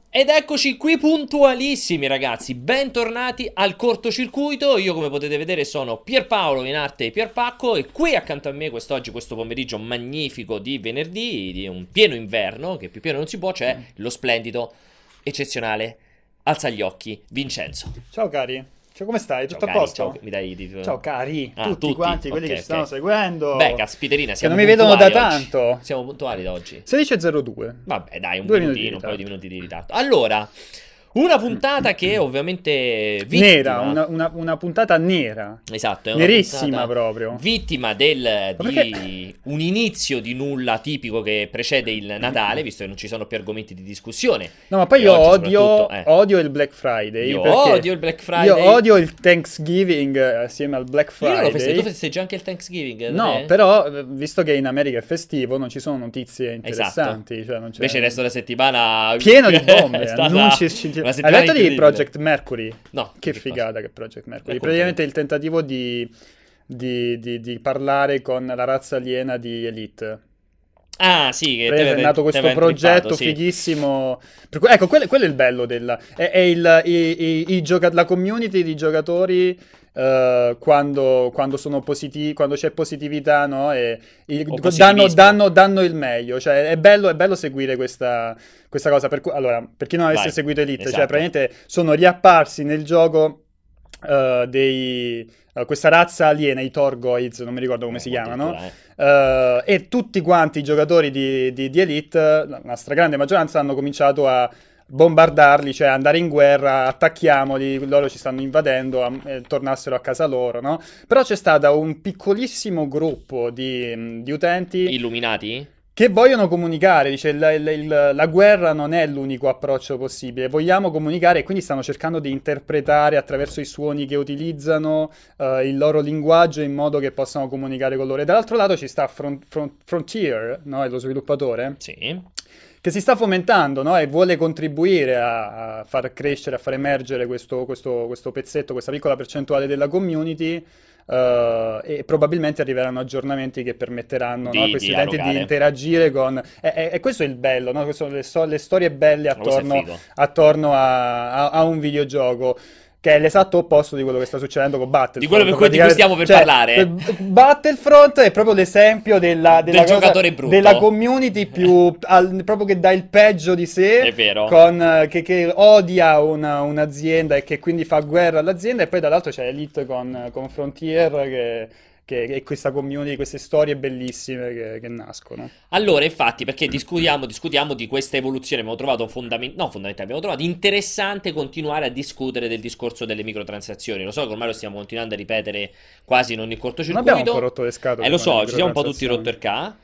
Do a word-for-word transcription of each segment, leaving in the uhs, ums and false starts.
Ed eccoci qui puntualissimi ragazzi, bentornati al cortocircuito. Io come potete vedere sono Pierpaolo in arte Pierpacco e qui accanto a me quest'oggi, questo pomeriggio magnifico di venerdì, di un pieno inverno, che più pieno non si può, c'è lo splendido, eccezionale, alza gli occhi, Vincenzo. Ciao cari, cioè, come stai? Ciao Tutto cari, a posto? ciao, mi dai di... Ciao cari, Ah, tutti, tutti? quanti quelli Ok, che ci stanno ok. seguendo. Beh, caspiterina, che siamo non mi vedono da puntuali oggi. tanto. Siamo puntuali da oggi. sedici e zero due. Vabbè, dai, un Due minuti minutino, di un paio di ritardo. minuti di ritardo. Allora, una puntata che ovviamente vittima, Nera, una, una- una puntata nera. esatto, è una Nerissima puntata proprio. vittima del, Ma di perché- un inizio di nulla tipico che precede il Natale, visto che non ci sono più argomenti di discussione. No, ma poi E io oggi odio, soprattutto, eh. odio il Black Friday. Io perché odio il Black Friday. Io odio il Thanksgiving eh, assieme al Black Io non lo Friday. festeggio, tu festeggi anche il Thanksgiving? da No, te? però, eh, visto che in America è festivo, non ci sono notizie Esatto. interessanti. Cioè non c'è... Invece il resto della settimana Pieno di bombe, è stata annunci scintillanti. una Hai settimana letto di incredibile. Project Mercury? No, Che che figata cosa? che è Project Mercury. Raccontami. Praticamente il tentativo di, di, di- di parlare con la razza aliena di Elite. Ah, sì, che te Praticamente aveva- è nato te questo aveva progetto intrippato, sì. fighissimo. Per cui- ecco, quello, quello è il bello del... È, è il, i- i- i gioca- la community di giocatori eh, quando, quando sono positivi, quando c'è positività, no? E, i- O danno, positivismo. danno, danno il meglio. Cioè, è bello, è bello seguire questa, questa cosa. Per cui- allora, per chi non avesse Vai, seguito Elite, cioè, esatto. praticamente sono riapparsi nel gioco eh, dei... eh, questa razza aliena, i Torgoids, non mi ricordo come Eh, si chiamano, addirittura, eh. eh, e tutti quanti i giocatori di, di- di Elite, la la stragrande maggioranza, hanno cominciato a bombardarli, cioè andare in guerra, attacchiamoli, loro ci stanno invadendo, a- eh, tornassero a casa loro, no? Però c'è stato un piccolissimo gruppo di, di utenti Illuminati? che vogliono comunicare, dice il- il- il- la guerra non è l'unico approccio possibile, vogliamo comunicare e quindi stanno cercando di interpretare attraverso i suoni che utilizzano eh, il loro linguaggio in modo che possano comunicare con loro. E dall'altro lato ci sta Front- Front- Frontier, no? È lo sviluppatore, Sì. che si sta fomentando, no? E vuole contribuire a, a far crescere, a far emergere questo, questo- questo pezzetto, questa piccola percentuale della community. eh, e probabilmente arriveranno aggiornamenti che permetteranno, no, a Di questi utenti di dialogare. interagire con... E, e- e questo è il bello, no? Queste sono le, sto- le storie belle Ma questo è attorno, figo. attorno a, a- a un videogioco. Che è l'esatto opposto di quello che sta succedendo con Battlefront. Di quello per cui- di cui stiamo per Cioè, parlare. eh, Battlefront è proprio l'esempio della, della Del cosa- giocatore brutto. della community più al- proprio che dà il peggio di sé, È vero. con, eh, che, che odia una- un'azienda e che quindi fa guerra all'azienda, e poi dall'altro c'è Elite con, con Frontier che, che- e questa community, queste storie bellissime che, che nascono. Allora, infatti, perché discutiamo, discutiamo di questa evoluzione, abbiamo trovato fondamentale, no, fondamentale, abbiamo trovato interessante continuare a discutere del discorso delle microtransazioni. Lo so che ormai lo stiamo continuando a ripetere quasi in ogni Non cortocircuito. abbiamo un po' rotto le scatole Eh, lo con so, le ci siamo un po' tutti rotto microtransazioni. il ca.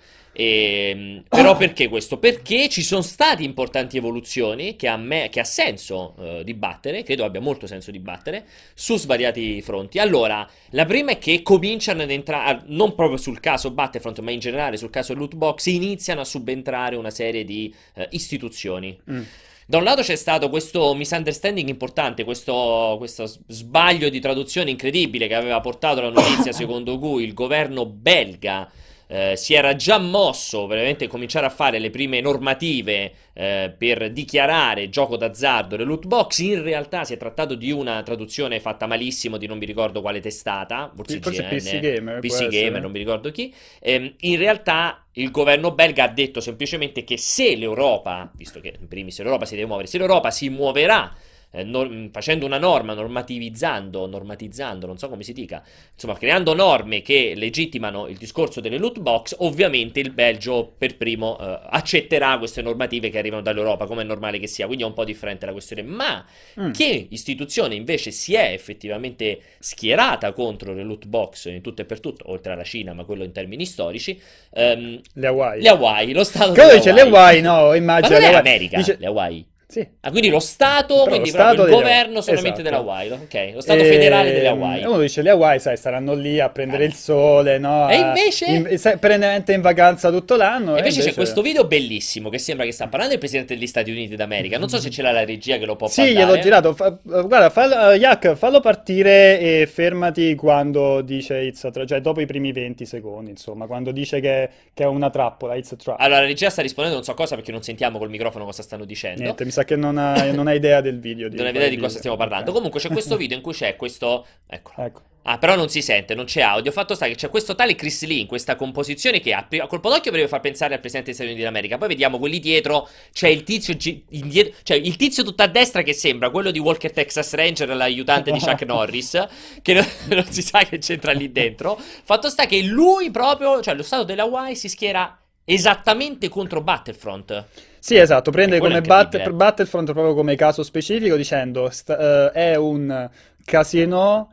Ehm, però perché questo? Perché ci sono state importanti evoluzioni che a me che ha senso eh, dibattere, credo abbia molto senso dibattere su svariati fronti. Allora, la prima è che cominciano ad entrare, non proprio sul caso Battlefront, ma in generale sul caso loot box, iniziano a subentrare una serie di eh, istituzioni. Mm. Da un lato c'è stato questo misunderstanding importante, questo, questo sbaglio di traduzione incredibile che aveva portato la notizia secondo cui il governo belga eh, si era già mosso per veramente cominciare a fare le prime normative eh, per dichiarare gioco d'azzardo le loot box. In realtà si è trattato di una traduzione fatta malissimo di non mi ricordo quale testata, forse Forse I G N, P C Gamer, P può C essere. Gamer, non mi ricordo chi. Ehm, in realtà il governo belga ha detto semplicemente che se l'Europa, visto che in primis l'Europa si deve muovere, se l'Europa si muoverà eh, nor- facendo una norma, normativizzando, normatizzando, non so come si dica, insomma, creando norme che legittimano il discorso delle loot box, ovviamente il Belgio per primo eh, accetterà queste normative che arrivano dall'Europa, come è normale che sia, quindi è un po' differente la questione. Ma Mm. che istituzione invece si è effettivamente schierata contro le loot box in tutto e per tutto, oltre alla Cina, ma quello in termini storici, ehm, Le Hawaii. le Hawaii, lo stato Credo delle dice le Hawaii, no, Ma immagino non le è Hawaii. America, Dice- le Hawaii. Sì. Ah, quindi lo Stato, Però quindi lo proprio Stato il delle governo Hawaii. solamente delle Esatto. Hawaii, ok? Lo Stato federale delle Ehm, Hawaii. E uno dice le Hawaii, sai, saranno lì a prendere Eh. il sole, no? E A- invece? in- sai, perennemente in vacanza tutto l'anno. E e invece c'è invece- questo video bellissimo che sembra che sta parlando il presidente degli Stati Uniti d'America. Non so se ce l'ha la regia che lo può Sì, mandare. gliel'ho girato. Fa- guarda, fallo, eh, Yak, fallo partire e fermati quando dice it's a tra- cioè dopo i primi venti secondi, insomma, quando dice che, che è una trappola, it's a trap. Allora, la regia sta rispondendo non so cosa perché non sentiamo col microfono cosa stanno dicendo. Niente, mi sa che non ha, non ha idea del video. Di Non hai quale idea di cosa video. stiamo parlando. Ok. Comunque c'è questo video in cui c'è questo... Eccolo. Ecco. Ah, però non si sente, non c'è audio. Fatto sta che c'è questo tale Chris Lee in questa composizione che a, pri- a colpo d'occhio potrebbe far pensare al presidente degli Stati Uniti d'America. Poi vediamo quelli dietro, c'è il tizio gi- indietro, cioè il tizio tutto a destra che sembra quello di Walker Texas Ranger, l'aiutante di Chuck Norris, che non, non si sa che c'entra lì dentro. Fatto sta che lui proprio, cioè lo stato della Hawaii si schiera esattamente contro Battlefront. Sì, esatto, prende E quello come è Bat- incredibile. Battlefront proprio come caso specifico dicendo sta- eh, è un casino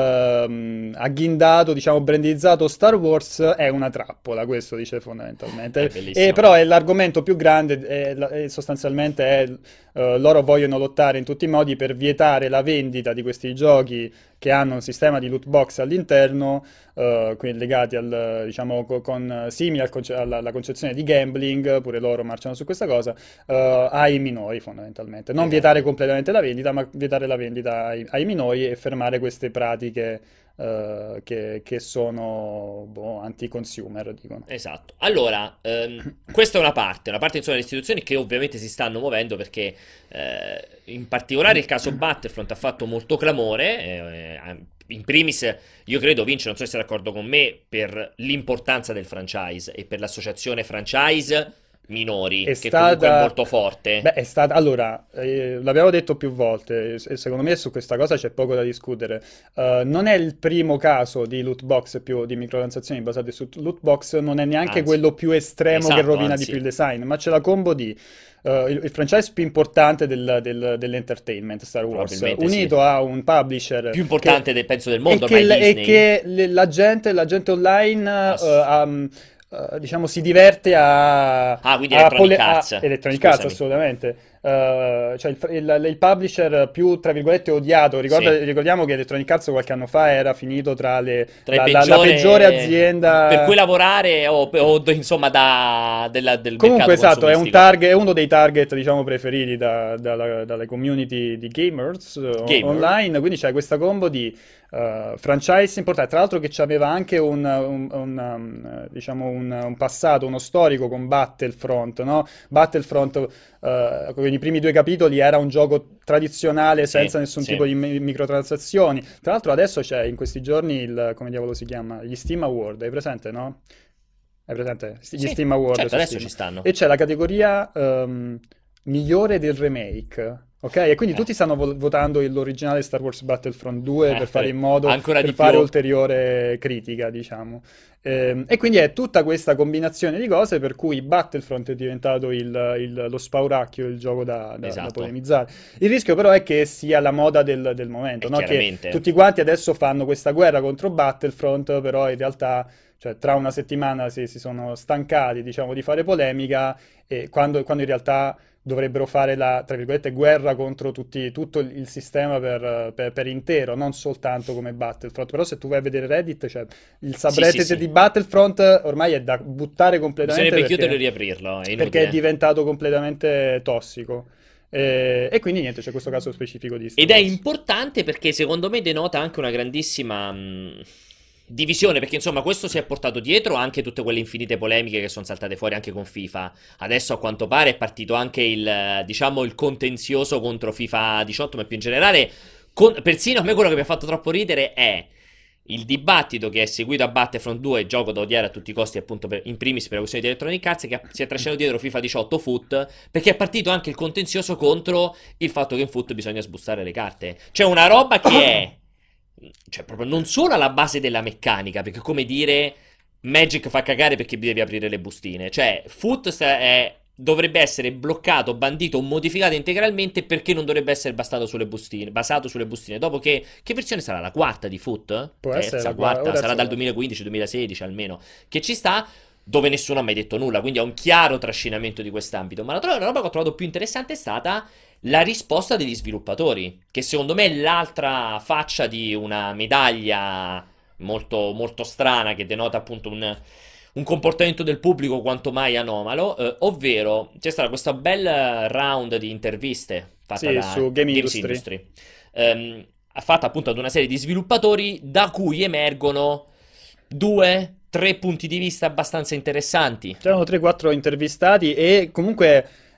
ehm, agghindato, diciamo, brandizzato Star Wars, è una trappola, questo dice È fondamentalmente. E bellissimo. però è l'argomento più grande, è la- è sostanzialmente è, eh, loro vogliono lottare in tutti i modi per vietare la vendita di questi giochi che hanno un sistema di loot box all'interno, eh, quindi legati al, diciamo, co- con, simili al conce- alla, alla concezione di gambling, pure loro marciano su questa cosa, eh, ai minori fondamentalmente. Non vietare Esatto. completamente la vendita, ma vietare la vendita ai, ai minori e fermare queste pratiche eh, che, che sono boh, anti-consumer, dicono. Esatto. Allora, ehm, questa è una parte, una parte insomma delle istituzioni che ovviamente si stanno muovendo perché eh, in particolare il caso Battlefront ha fatto molto clamore. eh, in primis, io credo, Vince, non so se sei d'accordo con me, per l'importanza del franchise e per l'associazione franchise minori, È che comunque è stata, molto forte. beh, è stata, allora, eh, l'abbiamo detto più volte, e secondo me su questa cosa c'è poco da discutere. Eh, non è il primo caso di loot box più di microtransazioni basate su loot box, non è neanche Anzi, quello più estremo che esatto, rovina di più anzi, il design, ma c'è la combo di eh, il, il franchise più importante del- del- dell'entertainment Star Wars, probabilmente sì. unito a un publisher Più che, importante del, penso del e mondo che, ormai l- e Disney. che le- la gente, la gente online eh, Ass- ha, mm, eh, diciamo, si diverte a, Ah, quindi a, Electronic pole- a Arts, Electronic Arts, scusami. assolutamente. Eh, cioè il, il- il publisher più, tra virgolette, odiato. Ricorda- Sì. ricordiamo che Electronic Arts qualche anno fa era finito tra le, Tra i la, la- la peggiore peggiore per cui azienda. lavorare o, o, insomma da, della- del Comunque, mercato esatto, è un consumistico. target, è uno dei target, diciamo, preferiti da- dalla- dalle community di gamers eh, o- Gamer. online. Quindi c'è questa combo di eh, franchise importante. Tra l'altro, che aveva anche un, un- un, um, eh, diciamo un, un passato, uno storico con Battlefront, no? Battlefront, eh, con i primi due capitoli, era un gioco tradizionale Sì, senza nessun sì. tipo di mi- microtransazioni. Tra l'altro, adesso c'è in questi giorni il, come diavolo si chiama? Gli Steam Award, hai presente, no? Hai presente? Gli Sì, Steam Award certo, su adesso Steam. ci stanno. E c'è la categoria ehm, migliore del remake. Ok? E quindi Eh, tutti stanno vo- votando l'originale Star Wars Battlefront due eh, per fare per- in modo, ancora per di fare più. ulteriore critica, diciamo. Ehm, e quindi è tutta questa combinazione di cose per cui Battlefront è diventato il- il- lo spauracchio, il gioco da, da- da Esatto. polemizzare. Il rischio però è che sia la moda del, del momento, E no? Che chiaramente. tutti quanti adesso fanno questa guerra contro Battlefront, però in realtà, cioè, tra una settimana si, si sono stancati, diciamo, di fare polemica, e quando, quando in realtà dovrebbero fare la, tra virgolette, guerra contro tutti, tutto il il sistema per, per- per intero, non soltanto come Battlefront. Però se tu vai a vedere Reddit, cioè, il Sì, sì, subreddit sì. di Battlefront ormai è da buttare completamente Bisognerebbe chiuderlo e perché, riaprirlo, è perché è inutile. diventato completamente tossico. E, e quindi niente, c'è questo caso specifico di Star Ed è Wars. importante perché secondo me denota anche una grandissima mh, divisione, perché insomma questo si è portato dietro anche tutte quelle infinite polemiche che sono saltate fuori anche con FIFA. Adesso a quanto pare è partito anche il, eh, diciamo, il contenzioso contro FIFA diciotto, ma più in generale, con- persino a me quello che mi ha fatto troppo ridere è il dibattito che è seguito a Battlefront due, gioco da odiare a tutti i costi, appunto per- in primis per la questione di Electronic Arts, che si è trascinato dietro FIFA diciotto Foot, perché è partito anche il contenzioso contro il fatto che in Foot bisogna sbustare le carte. C'è una roba che è, cioè proprio non solo alla base della meccanica, perché come dire Magic fa cagare perché devi aprire le bustine, cioè Foot sta- è- dovrebbe essere bloccato, bandito o modificato integralmente perché non dovrebbe essere basato sulle bustine, basato sulle bustine. Dopo che, che versione sarà? La quarta di Foot? Può essere Terza, la qua- o quarta, terza sarà dal quarta. duemilaquindici duemilasedici almeno, che ci sta, dove nessuno ha mai detto nulla, quindi è un chiaro trascinamento di quest'ambito. Ma la, tro- la roba che ho trovato più interessante è stata la risposta degli sviluppatori, che secondo me è l'altra faccia di una medaglia molto, molto strana, che denota appunto un, un comportamento del pubblico quanto mai anomalo, eh, ovvero c'è stata questa bella round di interviste fatta Sì, da su Game Games Industry. Industry, ehm, fatta appunto ad una serie di sviluppatori da cui emergono due, tre punti di vista abbastanza interessanti. C'erano tre quattro intervistati e comunque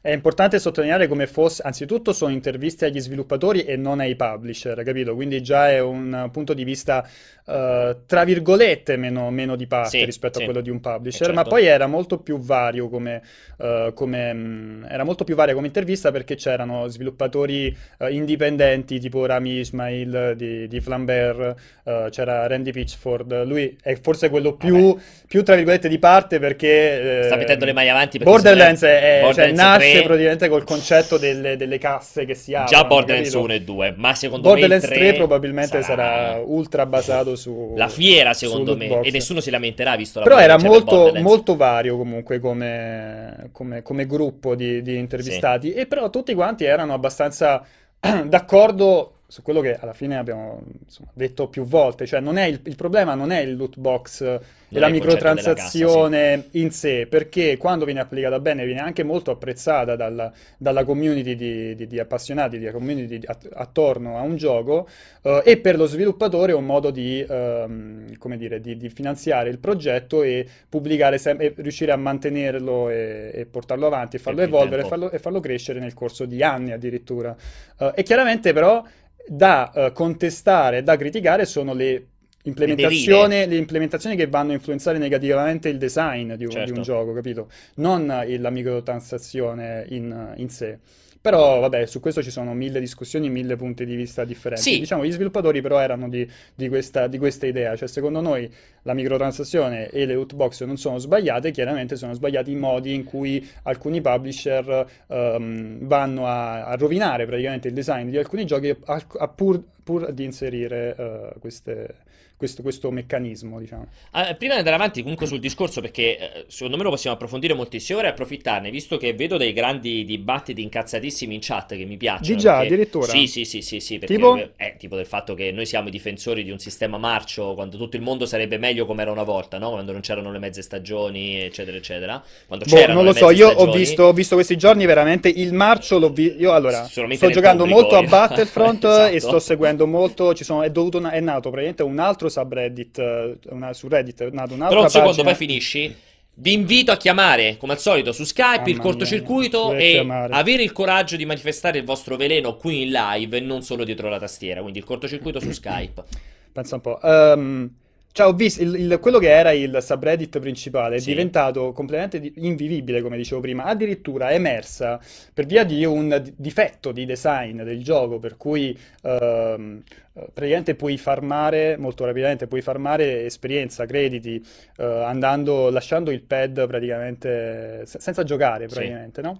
è importante sottolineare come fosse, anzitutto sono interviste agli sviluppatori e non ai publisher, capito? Quindi già è un punto di vista, eh, tra virgolette, meno, meno di parte Sì, rispetto a sì, quello di un eh, publisher, ma certo. poi era molto più vario come, eh, come, mh, era molto più varia come intervista perché c'erano sviluppatori eh, indipendenti tipo Rami Ismail di, di Flambert, eh, c'era Randy Pitchford, lui è forse quello Vabbè. più, più tra virgolette di parte Sta perché mettendo le ehm, mani avanti perché secondo me Borderlands è- è- cioè, Borderlands nasce tre, praticamente col concetto delle, delle casse che si già aprono, Borderlands capito? uno e due, ma secondo me il Borderlands tre tre probabilmente sarà sarà ultra basato la su, fiera su secondo loot me, e box. nessuno si lamenterà visto Però l'amore che era c'è per molto, Borderlands. molto vario comunque come, come- come gruppo di, di Sì, intervistati, e però tutti quanti erano abbastanza d'accordo su quello che alla fine abbiamo insomma, detto più volte, cioè non è il, il problema non è il loot box e non la è il concetto della cassa, sì. microtransazione in sé, perché quando viene applicata bene viene anche molto apprezzata dalla, dalla community di, di- di appassionati, di community di- att- attorno a un gioco, eh, e per lo sviluppatore è un modo di, ehm, come dire, di, di finanziare il progetto e pubblicare sem- e riuscire a mantenerlo e, e portarlo avanti, e Per farlo più evolvere e tempo. farlo, e farlo crescere nel corso di anni addirittura. Eh, e chiaramente però da eh, contestare, da criticare sono le Le derive, implementazioni, le implementazioni che vanno a influenzare negativamente il design di un, di un certo. gioco, capito? Non il- la microtransazione in, in sé. Però, vabbè, su questo ci sono mille discussioni, mille punti di vista differenti. Sì, Diciamo, gli sviluppatori però erano di, di questa, di questa idea, cioè secondo noi la microtransazione e le loot box non sono sbagliate, chiaramente sono sbagliati i modi in cui alcuni publisher ehm, vanno a, a rovinare praticamente il design di alcuni giochi a- a pur, pur di inserire eh, queste- questo, questo meccanismo, diciamo. Ah, prima di andare avanti comunque sul discorso, perché eh, secondo me lo possiamo approfondire moltissimo, ora e approfittarne, visto che vedo dei grandi dibattiti incazzatissimi in chat che mi Di piacciono, già, perché addirittura. sì, sì, sì, sì, sì, Tipo? perché è tipo del fatto che noi siamo i difensori di un sistema marcio, quando tutto il mondo sarebbe meglio come era una volta, no? Quando non c'erano le mezze stagioni, eccetera, eccetera. Quando Boh, c'erano non le lo so, mezze io ho stagioni, visto, ho visto questi giorni veramente il marcio, l'ho vi- io allora solamente sto nel giocando pubblico, molto a io. Battlefront e sto Esatto. seguendo molto, ci sono, è, dovuto una- è nato praticamente un altro subreddit, eh, una- su Reddit è nata Però un un'altra secondo, poi pagina, finisci. Vi invito a chiamare, come al solito, su Skype il mamma mia, cortocircuito dovrei e chiamare, avere il coraggio di manifestare il vostro veleno qui in live e non solo dietro la tastiera. Quindi il cortocircuito su Skype. pensa un po'. Ehm, cioè, ho visto il- il- quello che era il subreddit principale è Sì, diventato completamente di- invivibile, come dicevo prima. Addirittura è emersa per via di un di- difetto di design del gioco, per cui ehm, eh, praticamente puoi farmare molto rapidamente, puoi farmare esperienza, crediti, eh, andando, lasciando il pad praticamente se- senza giocare, sì. praticamente, no?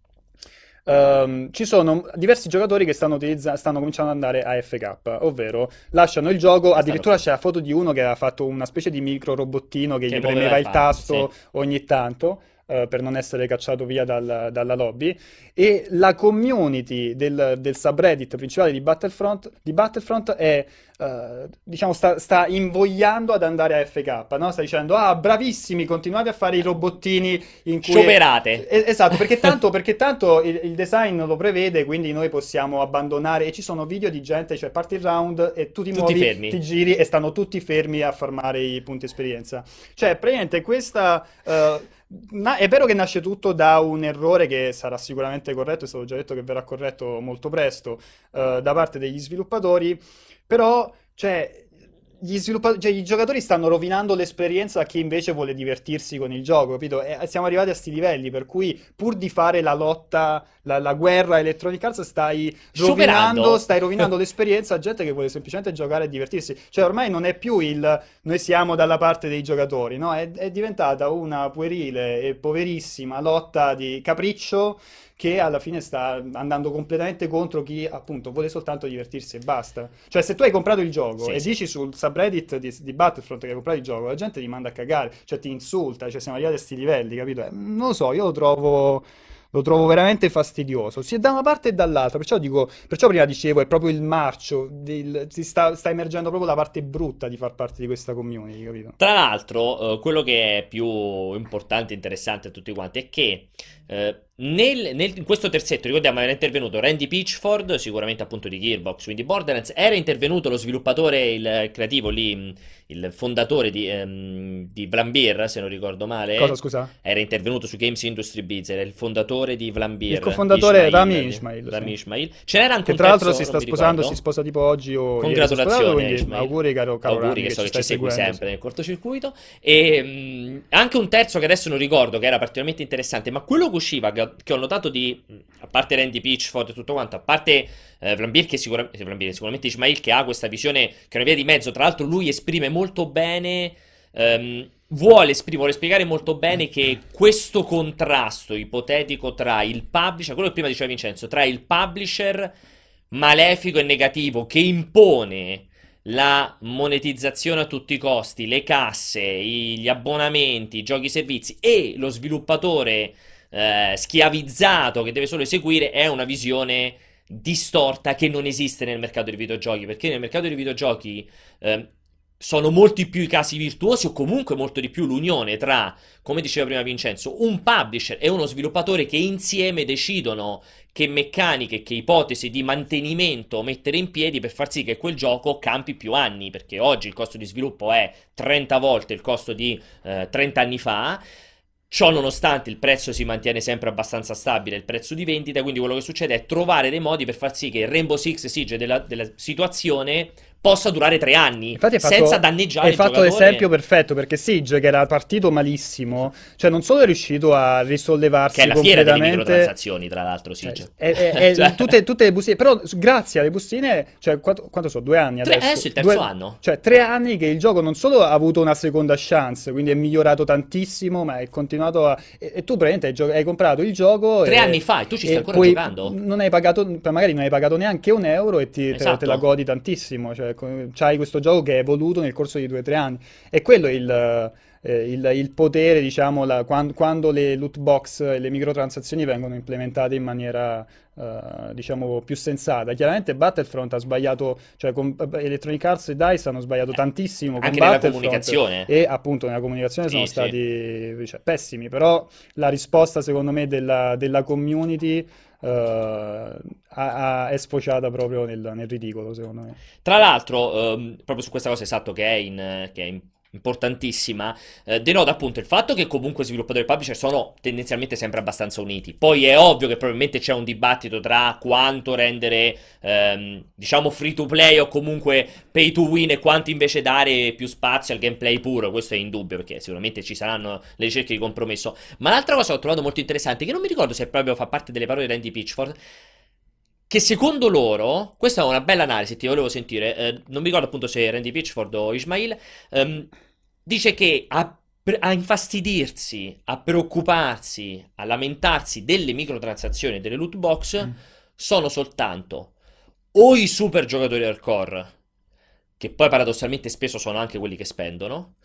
Ehm, ci sono diversi giocatori che stanno, utilizza- stanno cominciando ad andare a F K, ovvero lasciano il gioco, Che stanno addirittura fa- c'è la foto di uno che aveva fatto una specie di micro robottino che che gli muoveva premeva il il pad, sì. tasto ogni tanto, eh, per non essere cacciato via dal- dalla lobby, e la community del, del subreddit principale di Battlefront, di Battlefront è, eh, diciamo, sta, sta invogliando ad andare a F K, no? Sta dicendo, ah, bravissimi, continuate a fare i robottini in cui... è- Scioperate. eh, Esatto, perché tanto, perché tanto il, il design lo prevede, quindi noi possiamo abbandonare, e ci sono video di gente, cioè parti il round e tu ti Tutti muovi, fermi. ti giri e stanno tutti fermi a farmare i punti esperienza. Cioè, praticamente questa... eh, na- è vero che nasce tutto da un errore che sarà sicuramente corretto, è stato già detto che verrà corretto molto presto, eh, da parte degli sviluppatori, però, cioè, gli sviluppa- cioè, i giocatori stanno rovinando l'esperienza a chi invece vuole divertirsi con il gioco, capito? E siamo arrivati a sti livelli, per cui pur di fare la lotta, la, la guerra Electronic Arts, stai rovinando, Scioperando. stai rovinando l'esperienza a gente che vuole semplicemente giocare e divertirsi. Cioè, ormai non è più il noi siamo dalla parte dei giocatori, no? È, è diventata una puerile e poverissima lotta di capriccio che alla fine sta andando completamente contro chi appunto vuole soltanto divertirsi e basta. Cioè, se tu hai comprato il gioco Sì, e sì. dici sul subreddit di, di Battlefront che hai comprato il gioco, la gente ti manda a cagare, cioè ti insulta, cioè siamo arrivati a sti livelli, capito? Eh, non lo so, io lo trovo. Lo trovo veramente fastidioso, sia da una parte e dall'altra, perciò dico, perciò prima dicevo, è proprio il marcio, del- si sta, sta emergendo proprio la parte brutta di far parte di questa community, capito? Tra l'altro, eh, quello che è più importante e interessante a tutti quanti è che eh, Nel, nel- in questo terzetto, ricordiamo, era intervenuto Randy Pitchford, sicuramente appunto di Gearbox, quindi Borderlands, era intervenuto lo sviluppatore, il creativo lì, mh, il fondatore di, ehm, di Vlambeer, se non ricordo Cosa, male, scusa? era intervenuto su Games Industry Biz, era il fondatore di Il Vlambeer, cofondatore Rami Ishmael, di- Ismail, Rami sì. Ishmael. Ce n'era anche Che un tra l'altro terzo, si non sta mi sposando, si ricordo. sposa tipo oggi o ieri si è sposato, Congratulazioni a quindi Ishmael. auguri caro, caro Auguri, Rami che che so ci che ci stai segui seguendo, sì. sempre nel cortocircuito. E mh, anche un terzo che adesso non ricordo, che era particolarmente interessante, ma quello che usciva, che, che ho notato di, mh, a parte Randy Pitchford e tutto quanto, a parte eh, Vlambeer, che sicura- eh, Vlambeer, sicuramente Ismail, che ha questa visione, che è una via di mezzo, tra l'altro lui esprime molto bene, ehm, vuole, esprim- vuole spiegare molto bene che questo contrasto ipotetico tra il publisher, quello che prima diceva Vincenzo, tra il publisher malefico e negativo che impone la monetizzazione a tutti i costi, le casse, i- gli abbonamenti, i giochi servizi e lo sviluppatore eh, schiavizzato che deve solo eseguire è una visione distorta che non esiste nel mercato dei videogiochi, perché nel mercato dei videogiochi ehm, sono molti più i casi virtuosi o comunque molto di più l'unione tra, come diceva prima Vincenzo, un publisher e uno sviluppatore che insieme decidono che meccaniche, che ipotesi di mantenimento mettere in piedi per far sì che quel gioco campi più anni, perché oggi il costo di sviluppo è trenta volte il costo di eh, trenta anni fa. Ciò nonostante il prezzo si mantiene sempre abbastanza stabile, il prezzo di vendita, quindi quello che succede è trovare dei modi per far sì che il Rainbow Six Siege della, della situazione possa durare tre anni Infatti hai senza fatto, danneggiare hai il fatto l'esempio giocatore, perfetto perché Siege, che era partito malissimo, cioè non solo è riuscito a che è risollevarsi la fiera delle completamente, microtransazioni, tra l'altro, cioè, Siege. è- è- è- Cioè, tutte, tutte le bustine, però s- grazie alle bustine, cioè quanto, quanto so, due anni tre- adesso, adesso è il terzo due- anno. cioè tre anni che il gioco non solo ha avuto una seconda chance, quindi è migliorato tantissimo, ma è continuato a... E, e tu praticamente hai, gio- hai comprato il gioco Tre e, anni fa e tu ci stai e ancora poi giocando. non hai pagato, magari non hai pagato neanche un euro e ti- te, te la Esatto. godi tantissimo, cioè co- c'hai questo gioco che è evoluto nel corso di due o tre anni. E quello è il, eh, il- il potere, diciamo, la- quan- quando, le loot box e le microtransazioni vengono implementate in maniera, eh, diciamo, più sensata. Chiaramente Battlefront ha sbagliato, cioè con eh, Electronic Arts e DICE hanno sbagliato Eh, tantissimo con Anche nella Battlefront comunicazione. e appunto nella comunicazione sono Sì, sì. stati, cioè, pessimi, però la risposta secondo me della, della community eh, ha- ha- è sfociata proprio nel, nel ridicolo, secondo me. Tra l'altro, ehm, proprio su questa cosa esatto che è, in- che è in- importantissima, eh, denota appunto il fatto che comunque sviluppatori e publisher sono tendenzialmente sempre abbastanza uniti. Poi è ovvio che probabilmente c'è un dibattito tra quanto rendere, ehm, diciamo, free to play o comunque pay to win e quanto invece dare più spazio al gameplay puro. Questo è indubbio perché sicuramente ci saranno le ricerche di compromesso. Ma l'altra cosa che ho trovato molto interessante, che non mi ricordo se proprio fa parte delle parole di Randy Pitchford, che secondo loro, questa è una bella analisi, ti volevo sentire, eh, non mi ricordo appunto se Randy Pitchford o Ismail, ehm, dice che a, a infastidirsi, a preoccuparsi, a lamentarsi delle microtransazioni e delle loot box Mm. sono soltanto o i super giocatori hardcore, che poi paradossalmente spesso sono anche quelli che spendono,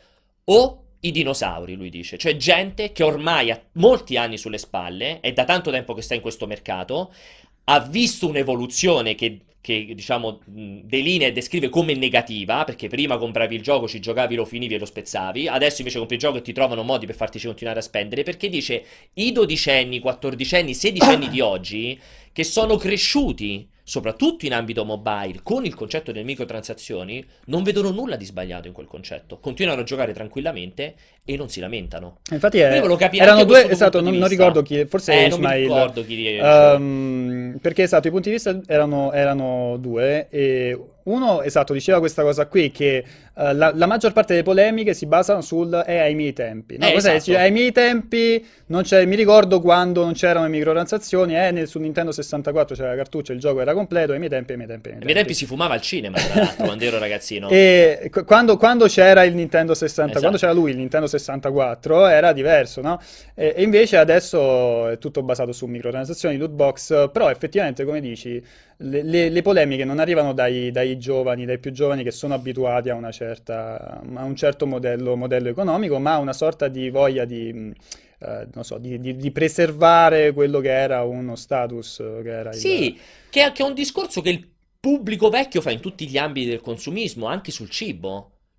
o i dinosauri, lui dice, cioè gente che ormai ha molti anni sulle spalle, è da tanto tempo che sta in questo mercato, ha visto un'evoluzione che, che, diciamo, mh, delinea e descrive come negativa, perché prima compravi il gioco, ci giocavi, lo finivi e lo spezzavi, adesso invece compri il gioco e ti trovano modi per farti continuare a spendere, perché dice i dodicenni, quattordicenni, sedicenni di oggi, che sono cresciuti, soprattutto in ambito mobile, con il concetto delle microtransazioni, non vedono nulla di sbagliato in quel concetto, continuano a giocare tranquillamente e non si lamentano. Infatti Quindi è- volevo capire erano anche due, questo tuo esatto, punto non, di non vista. ricordo chi, forse Eh, è non mi Ismail. ricordo chi diceva. Ehm, perché esatto, i punti di vista erano, erano due e uno, esatto, diceva questa cosa qui che eh, la, la maggior parte delle polemiche si basano sul eh, ai miei tempi, no? Eh, Cos'è? esatto. Dice, ai miei tempi non c'è, mi ricordo quando non c'erano le microtransazioni, eh, nel, su Nintendo sessantaquattro c'era la cartuccia, il gioco era completo, ai miei tempi, ai miei tempi, ai Ai miei miei tempi tempi. si fumava al cinema, tra l'altro, quando ero ragazzino. E qu- quando, quando c'era il Nintendo sessanta, quando c'era Esatto. lui il Nintendo sessantaquattro era diverso, no? E, e invece adesso è tutto basato su microtransazioni, loot box, però effettivamente, come dici, le, le- le polemiche non arrivano dai, dai giovani, dai più giovani che sono abituati a una certa, a un certo modello, modello economico, ma a una sorta di voglia di, mh, eh, non so, di, di- di preservare quello che era uno status, eh, che era il... Sì, che è, che è un discorso che il pubblico vecchio fa in tutti gli ambiti del consumismo, anche sul cibo.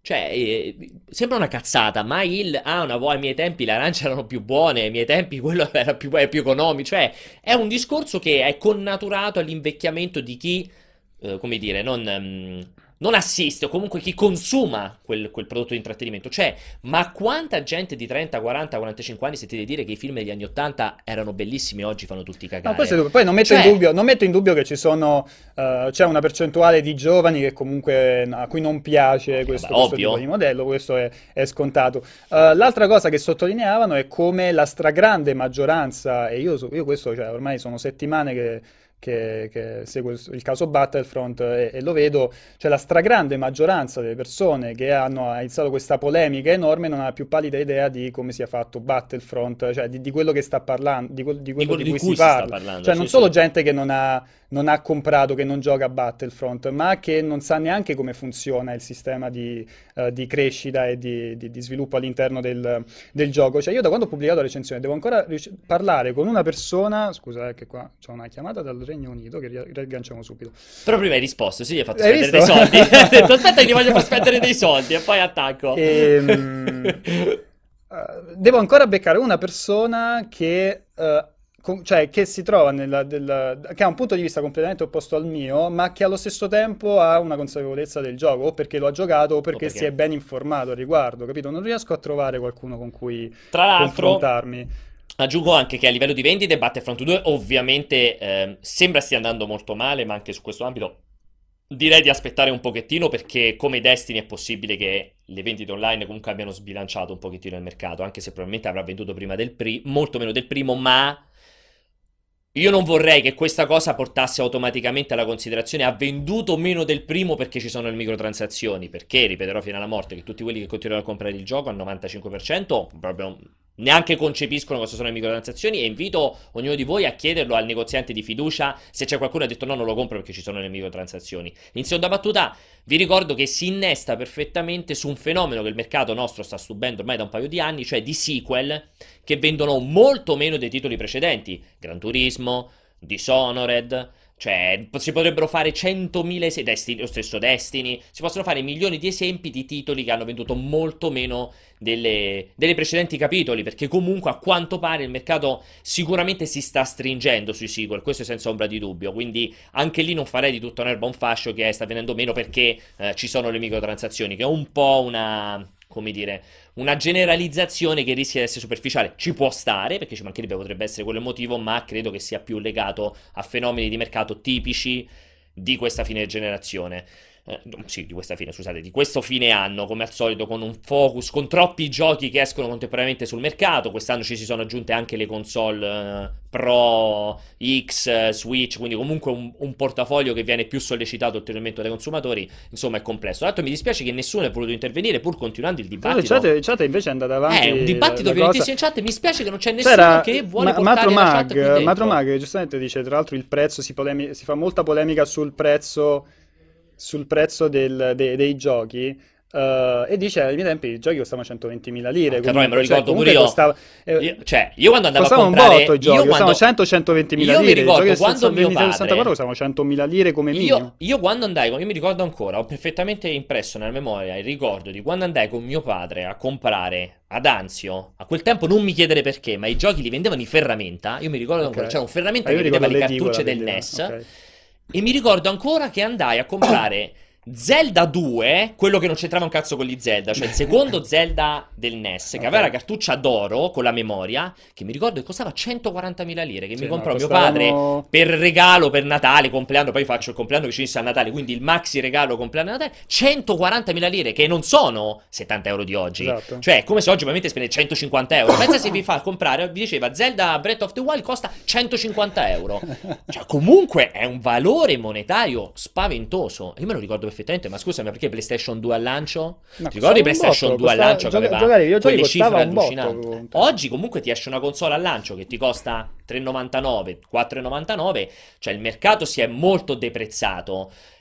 Cioè, eh, sembra una cazzata, ma il ah, una volta ai miei tempi le arance erano più buone, ai miei tempi quello era più, è più economico. Cioè, è un discorso che è connaturato all'invecchiamento di chi, eh, come dire, non, ehm, non assiste o comunque chi consuma quel, quel prodotto di intrattenimento. Cioè, ma quanta gente di trenta, quaranta, quarantacinque anni sentite dire che i film degli anni ottanta erano bellissimi e oggi fanno tutti No, questo è cagare? dubbio. Poi non metto in Cioè, dubbio, non metto in dubbio che ci sono, eh, c'è una percentuale di giovani che comunque a cui non piace eh, vabbè, questo, questo tipo di ovvio. modello, questo è, è scontato. Eh, l'altra cosa che sottolineavano è come la stragrande maggioranza, e io, so- io questo, cioè, ormai sono settimane che, che- che seguo il, il caso Battlefront e, e lo vedo, cioè la stragrande maggioranza delle persone che hanno iniziato questa polemica enorme non ha la più pallida idea di come sia fatto Battlefront, cioè di, di quello che sta parlando, di, quel- di Di quello quello di di cui si cui si sta parla. parlando, Cioè sì, non solo sì. gente che non ha, non ha comprato, che non gioca a Battlefront, ma che non sa neanche come funziona il sistema di, eh, di crescita e di, di- di sviluppo all'interno del, del gioco. Cioè io da quando ho pubblicato la recensione devo ancora ric- parlare con una persona, scusa eh, che qua c'è una chiamata dal Regno Unito che ri- riagganciamo subito. Però prima hai risposto, sì, gli hai fatto Hai spendere visto? dei soldi. Ha detto, aspetta, che ti voglio far spendere dei soldi e poi attacco. Ehm, eh, devo ancora beccare una persona che, eh, com- cioè, che si trova nella, della- che ha un punto di vista completamente opposto al mio, ma che allo stesso tempo ha una consapevolezza del gioco, o perché lo ha giocato o O perché si è perché? ben informato al riguardo, capito? Non riesco a trovare qualcuno con cui Tra l'altro, confrontarmi. aggiungo anche che a livello di vendite Battlefront due ovviamente ehm, sembra stia andando molto male, ma anche su questo ambito direi di aspettare un pochettino perché come Destiny è possibile che le vendite online comunque abbiano sbilanciato un pochettino il mercato, anche se probabilmente avrà venduto prima del pri- molto meno del primo, ma io non vorrei che questa cosa portasse automaticamente alla considerazione ha venduto meno del primo perché ci sono le microtransazioni, perché ripeterò fino alla morte che tutti quelli che continuano a comprare il gioco al novantacinque per cento proprio neanche concepiscono cosa sono le microtransazioni e invito ognuno di voi a chiederlo al negoziante di fiducia se c'è qualcuno che ha detto no non lo compro perché ci sono le microtransazioni. In seconda battuta vi ricordo che si innesta perfettamente su un fenomeno che il mercato nostro sta subendo ormai da un paio di anni, cioè di sequel che vendono molto meno dei titoli precedenti. Gran Turismo, Dishonored, cioè si potrebbero fare centomila esempi, Destiny, lo stesso Destiny, si possono fare milioni di esempi di titoli che hanno venduto molto meno delle, delle precedenti capitoli, perché comunque a quanto pare il mercato sicuramente si sta stringendo sui sequel, questo senza ombra di dubbio, quindi anche lì non farei di tutta un'erba un fascio che sta venendo meno perché eh, ci sono le microtransazioni, che è un po' una, come dire, una generalizzazione che rischia di essere superficiale. Ci può stare, perché ci mancherebbe, potrebbe essere quello il motivo, ma credo che sia più legato a fenomeni di mercato tipici di questa fine generazione. Eh, no, sì, di questa fine, scusate, di questo fine anno, come al solito, con un focus, con troppi giochi che escono contemporaneamente sul mercato. Quest'anno ci si sono aggiunte anche le console eh, Pro, X, eh, Switch, quindi comunque un, un portafoglio che viene più sollecitato ulteriormente dai consumatori. Insomma, è complesso. Tra l'altro mi dispiace che nessuno è voluto intervenire, pur continuando il Però il dibattito. chat, il chat invece è andata È un avanti la, dibattito la cosa. violentissimo in chat. Mi spiace che non c'è nessuno C'era che vuole Ma- Matro portare la chat qui Mag, Matro dentro. Mag giustamente dice, tra l'altro il prezzo, si, polemi- si fa molta polemica sul prezzo, sul prezzo del- de- dei giochi, eh, e dice ai miei tempi i giochi costavano centoventimila lire, Porca troia, me lo comunque, cioè, ricordo pure comunque io. costava, eh, Io- cioè, io quando andavo a costavano un comprare, botto i giochi, io costavano quando cento centoventimila io mi lire, i giochi ricordo del quando mio Nintendo sessantaquattro padre costavano centomila lire come Io, minimo. io quando andai, con- io mi ricordo ancora, ho perfettamente impresso nella memoria il ricordo di quando andai con mio padre a comprare ad Anzio. A quel tempo non mi chiedere perché, ma i giochi li vendevano in ferramenta. Io mi ricordo Ok. ancora, c'era un ferramenta Ah, io che mi vedeva ricordo le l'edicola cartucce del vendeva, N E S. ok. E mi ricordo ancora che andai a comprare Zelda due, quello che non c'entrava un cazzo con gli Zelda, cioè il secondo Zelda del N E S, che Ok. aveva la cartuccia d'oro con la memoria, che mi ricordo che costava centoquarantamila lire, che Sì, mi no, comprò mio padre costavano... per regalo per Natale, compleanno, poi faccio il compleanno vicinissimo a Natale, quindi il maxi regalo compleanno a Natale, centoquarantamila lire, che non sono settanta euro di oggi. Esatto. Cioè, è come se oggi ovviamente spende centocinquanta euro. Pensa se vi fa comprare, vi diceva Zelda Breath of the Wild costa centocinquanta euro. Cioè, comunque è un valore monetario spaventoso. Io me lo ricordo perfettamente, ma scusami, perché PlayStation due al lancio? No, Ti ricordi costava un PlayStation botto, due al costava- lancio che gioca- aveva giocare ai videogiochi quelle cifre costava un botto, allucinanti? comunque. Oggi comunque ti esce una console al lancio che ti costa tre e novantanove, quattro e novantanove, cioè il mercato si è molto deprezzato.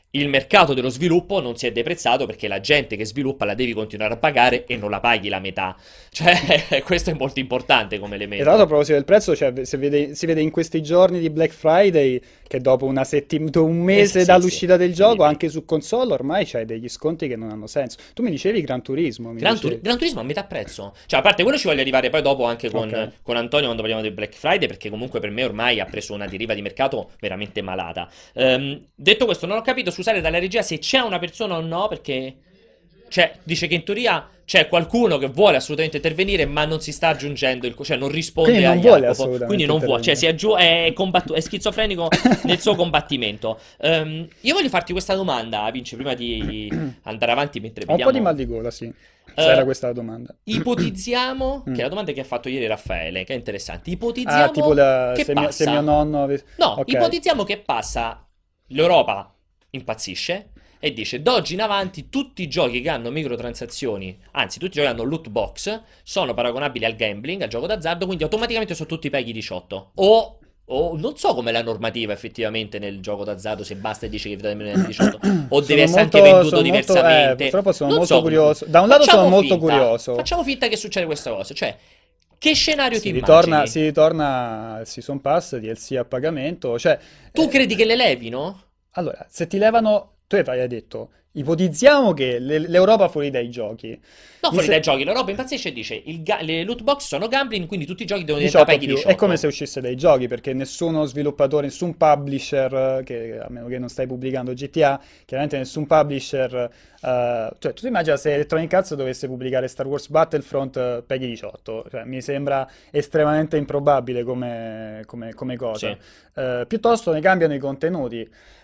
il mercato dello sviluppo non si è deprezzato perché la gente che sviluppa la devi continuare a pagare e non la paghi la metà. Cioè, questo è molto importante come E elemento. tra l'altro, a proposito del prezzo, cioè, si vede, si vede in questi giorni di Black Friday che dopo una settimana, un Eh, mese sì, sì, dall'uscita del gioco, incredibile. anche su console, ormai c'hai degli sconti che non hanno senso. Tu mi dicevi Gran Turismo, mi Gran, Tur- dicevi. Gran Turismo a metà prezzo. Cioè, a parte quello ci voglio arrivare poi dopo anche Ok. con, con Antonio quando parliamo del Black Friday, perché comunque per me ormai ha preso una deriva di mercato veramente malata. Ehm, detto questo, non ho capito, scusate, dalla regia se c'è una persona o no, perché cioè, dice che in teoria c'è qualcuno che vuole assolutamente intervenire, ma non si sta aggiungendo, il, co- cioè non Quindi risponde a non vuole Jacopo, quindi assolutamente non vuole, cioè si intervenire. aggiu- è, combattu- è schizofrenico nel suo combattimento. Ehm, io voglio farti questa domanda, Vinci, prima di andare avanti mentre Ho un po' di mal vediamo. di gola, sì. Se era Eh, questa la domanda. ipotizziamo, che Mm. è la domanda che ha fatto ieri Raffaele, che è interessante. Ah, tipo Ipotizziamo la- che se, mio, se mio passa. nonno... ave- No, Ok. ipotizziamo che passa. L'Europa impazzisce e dice: d'oggi in avanti tutti i giochi che hanno microtransazioni, anzi, tutti i giochi che hanno loot box, sono paragonabili al gambling, al gioco d'azzardo, quindi automaticamente sono tutti paghi diciotto. O. O non so com'è la normativa effettivamente nel gioco d'azzardo, se basta e dice che deve terminare diciotto, o deve Sono essere anche molto, venduto sono molto, eh, diversamente. purtroppo sono Non molto so come funziona. curioso. Da un lato sono Facciamo molto finta, curioso. facciamo finta che succede questa cosa, cioè, che scenario ti Si ritorna, immagini? si ritorna al Season Pass, D L C a pagamento. Cioè, Tu eh, credi che le levino? allora, se ti levano, tu hai detto, ipotizziamo che le- l'Europa fuori dai giochi. No, Mi fuori se- dai giochi, l'Europa impazzisce e dice il ga- le loot box sono gambling, quindi tutti i giochi devono diventare diciotto paghi più, è come se diciotto. uscisse dai giochi, perché nessuno sviluppatore, nessun publisher, eh, che, a meno che non stai pubblicando G T A, chiaramente nessun publisher, eh, cioè tu ti immagina se Electronic Arts dovesse pubblicare Star Wars Battlefront, eh, paghi diciotto, cioè mi sembra estremamente improbabile come, come- come cosa. Sì, Eh, piuttosto ne cambiano i contenuti.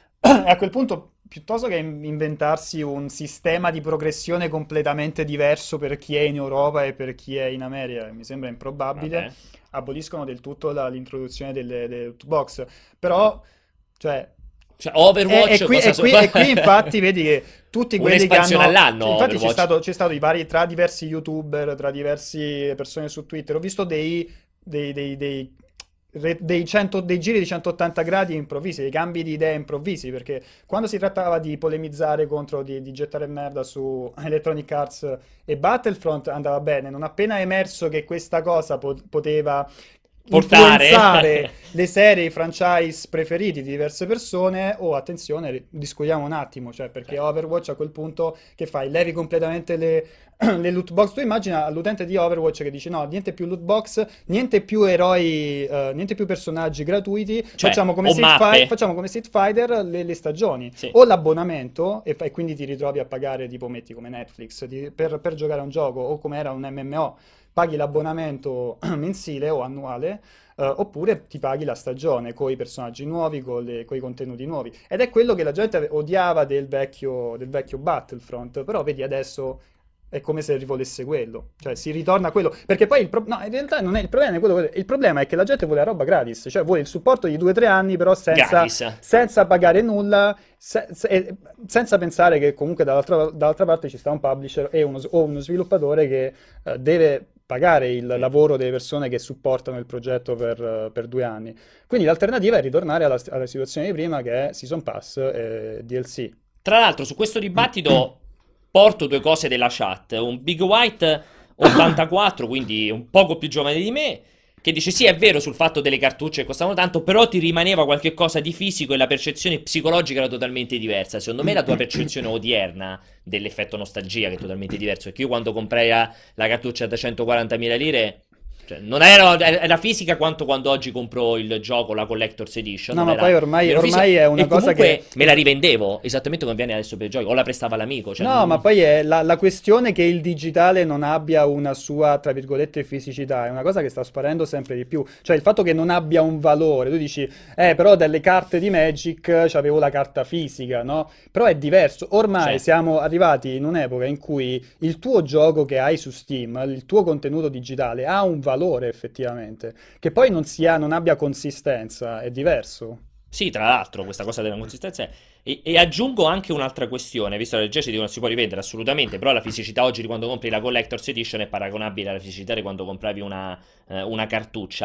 A quel punto, piuttosto che in- inventarsi un sistema di progressione completamente diverso per chi è in Europa e per chi è in America, mi sembra improbabile, vabbè. aboliscono del tutto la- l'introduzione delle, delle loot box. Però, cioè, Cioè, e, e Overwatch qui, cosa e so- qui- e qui infatti vedi che tutti quelli che Un'espansione hanno... all'anno, cioè, infatti c'è Overwatch. stato, c'è stato i vari, tra diversi YouTuber, tra diverse persone su Twitter, ho visto dei, dei, dei, dei, re- dei cento dei giri di centottanta gradi improvvisi, dei cambi di idee improvvisi, perché quando si trattava di polemizzare contro, di, di gettare merda su Electronic Arts e Battlefront andava bene, non appena è emerso che questa cosa po- poteva Portare. influenzare le serie, i franchise preferiti di diverse persone, oh attenzione, ri- discutiamo un attimo, cioè perché Overwatch a quel punto che fai? Levi completamente le, le loot box, tu immagina all'utente di Overwatch che dice no, niente più loot box, niente più eroi, eh, niente più personaggi gratuiti, Cioè, facciamo come o Street Fi- mappe. facciamo come Street Fighter le, le stagioni, Sì. o l'abbonamento e, fa- e quindi ti ritrovi a pagare tipo metti come Netflix di- per, per giocare a un gioco o come era un M M O, paghi l'abbonamento mensile o annuale, eh, oppure ti paghi la stagione con i personaggi nuovi, con, i contenuti nuovi. Ed è quello che la gente ave- odiava del vecchio, del vecchio Battlefront, però vedi adesso è come se rivolesse quello, cioè si ritorna a quello, perché poi il pro- no, in realtà non è il problema, è quello, il problema è che la gente vuole la roba gratis, cioè vuole il supporto di due o tre anni, però senza, Gratis. senza pagare nulla, se- se- e senza pensare che comunque dall'altra, dall'altra parte ci sta un publisher e uno, o uno sviluppatore che eh, deve pagare il Sì. lavoro delle persone che supportano il progetto per, eh, per due anni. Quindi l'alternativa è ritornare alla, alla situazione di prima che è Season Pass e D L C. Tra l'altro, su questo dibattito porto due cose della chat. Un Big White ottantaquattro, quindi un poco più giovane di me, che dice sì, è vero sul fatto delle cartucce che costavano tanto, però ti rimaneva qualche cosa di fisico e la percezione psicologica era totalmente diversa. Secondo me la tua percezione odierna dell'effetto nostalgia che è totalmente diverso, perché io quando comprai la, la cartuccia da centoquarantamila lire, cioè, non era, era fisica quanto quando oggi compro il gioco, la Collector's Edition. No, non ma era poi ormai, meno fisica, ormai è una e cosa comunque che... me la rivendevo, esattamente come viene adesso per i giochi, o la prestava l'amico. Cioè, No, non- ma poi è la, la questione che il digitale non abbia una sua, tra virgolette, fisicità, è una cosa che sta sparendo sempre di più. Cioè il fatto che non abbia un valore, tu dici, eh, però delle carte di Magic c'avevo la carta fisica, no? Però è diverso. Ormai Sì. siamo arrivati in un'epoca in cui il tuo gioco che hai su Steam, il tuo contenuto digitale ha un valore effettivamente, che poi non sia, non abbia consistenza, è diverso. Sì, tra l'altro, questa cosa della consistenza è... E, e aggiungo anche un'altra questione, visto che le ci dicono che si può rivendere assolutamente, però la fisicità oggi di quando compri la Collector's Edition è paragonabile alla fisicità di quando compravi una, eh, una cartuccia.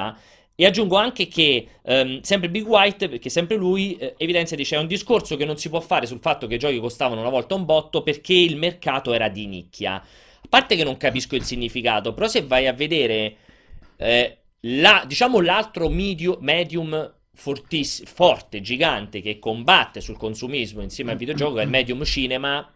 E aggiungo anche che ehm, sempre Big White, perché sempre lui eh, evidenzia, dice, è un discorso che non si può fare sul fatto che i giochi costavano una volta un botto perché il mercato era di nicchia. A parte che non capisco il significato, però se vai a vedere eh, la- diciamo l'altro medio- medium fortiss- forte, gigante, che combatte sul consumismo insieme al videogioco è il medium cinema.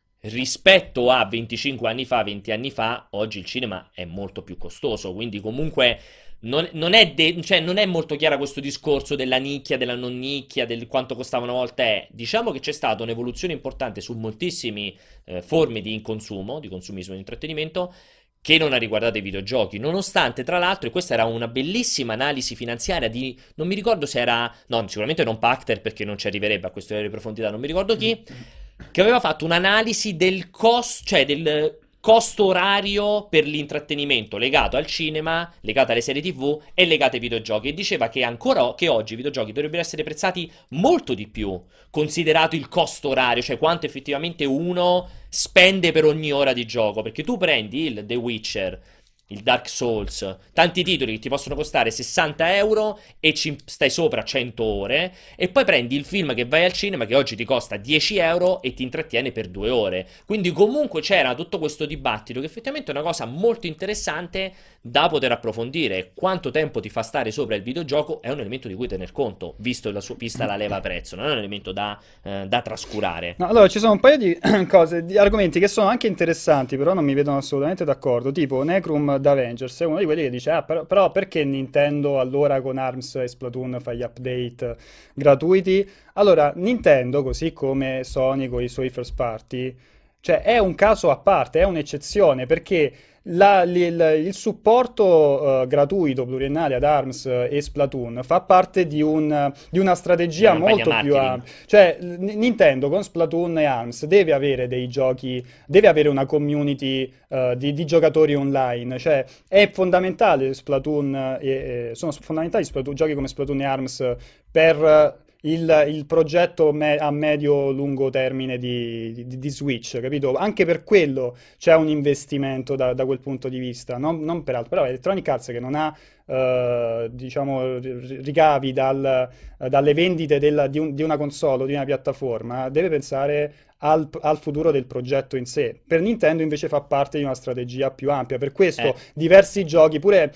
Rispetto a venticinque anni fa, venti anni fa, oggi il cinema è molto più costoso, quindi comunque non, non è, de- cioè, non è molto chiara questo discorso della nicchia, della non nicchia, del quanto costava una volta. È, diciamo che c'è stata un'evoluzione importante su moltissime eh, forme di consumo, di consumismo e di intrattenimento, che non ha riguardato i videogiochi, nonostante tra l'altro, e questa era una bellissima analisi finanziaria di, non mi ricordo se era, no, sicuramente non Pacter perché non ci arriverebbe a questo livello di profondità, non mi ricordo chi, che aveva fatto un'analisi del costo, cioè del costo orario per l'intrattenimento legato al cinema, legato alle serie tivù e legato ai videogiochi, e diceva che ancora che oggi i videogiochi dovrebbero essere prezzati molto di più, considerato il costo orario, cioè quanto effettivamente uno spende per ogni ora di gioco, perché tu prendi il The Witcher, il Dark Souls, tanti titoli che ti possono costare sessanta euro e ci stai sopra cento ore, e poi prendi il film che vai al cinema che oggi ti costa dieci euro e ti intrattiene per due ore. Quindi comunque c'era tutto questo dibattito che effettivamente è una cosa molto interessante da poter approfondire. Quanto tempo ti fa stare sopra il videogioco è un elemento di cui tener conto, visto la, sua, vista la leva prezzo, non è un elemento da, eh, da trascurare. No, allora ci sono un paio di cose, di argomenti che sono anche interessanti, però non mi vedono assolutamente d'accordo. Tipo Necrum d'Avengers è uno di quelli che dice: Ah, però, però perché Nintendo allora con ARMS e Splatoon fa gli update gratuiti? Allora, Nintendo, così come Sony con i suoi first party, cioè è un caso a parte, è un'eccezione, perché la- il, il supporto eh, gratuito pluriennale ad ARMS e Splatoon fa parte di, un- di una strategia Una campagna molto più marketing. ampia. Cioè, N- Nintendo con Splatoon e ARMS deve avere dei giochi, deve avere una community eh, di, di giocatori online. Cioè, è fondamentale Splatoon, e, e- sono fondamentali Splatoon- giochi come Splatoon e ARMS per eh, il, il progetto me- a medio-lungo termine di, di- di Switch, capito? Anche per quello c'è un investimento da, da quel punto di vista, non, non per altro. Però Electronic Arts che non ha, eh, diciamo, ri- ricavi dal- dalle vendite della- di, un- di una console o di una piattaforma, deve pensare al, al futuro del progetto in sé. Per Nintendo invece fa parte di una strategia più ampia, per questo Eh. diversi giochi, pure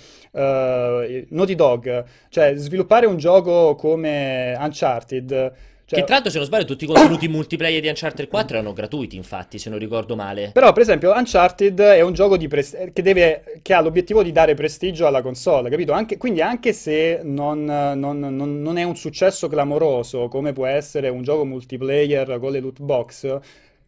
eh, Naughty Dog, cioè sviluppare un gioco come Uncharted, Che cioè, tra l'altro, se non sbaglio, tutti i contenuti multiplayer di Uncharted quattro erano gratuiti, infatti, se non ricordo male. però, per esempio, Uncharted è un gioco di pres- che, deve- che ha l'obiettivo di dare prestigio alla console, capito? Anche- quindi anche se non, non- non- non è un successo clamoroso, come può essere un gioco multiplayer con le loot box,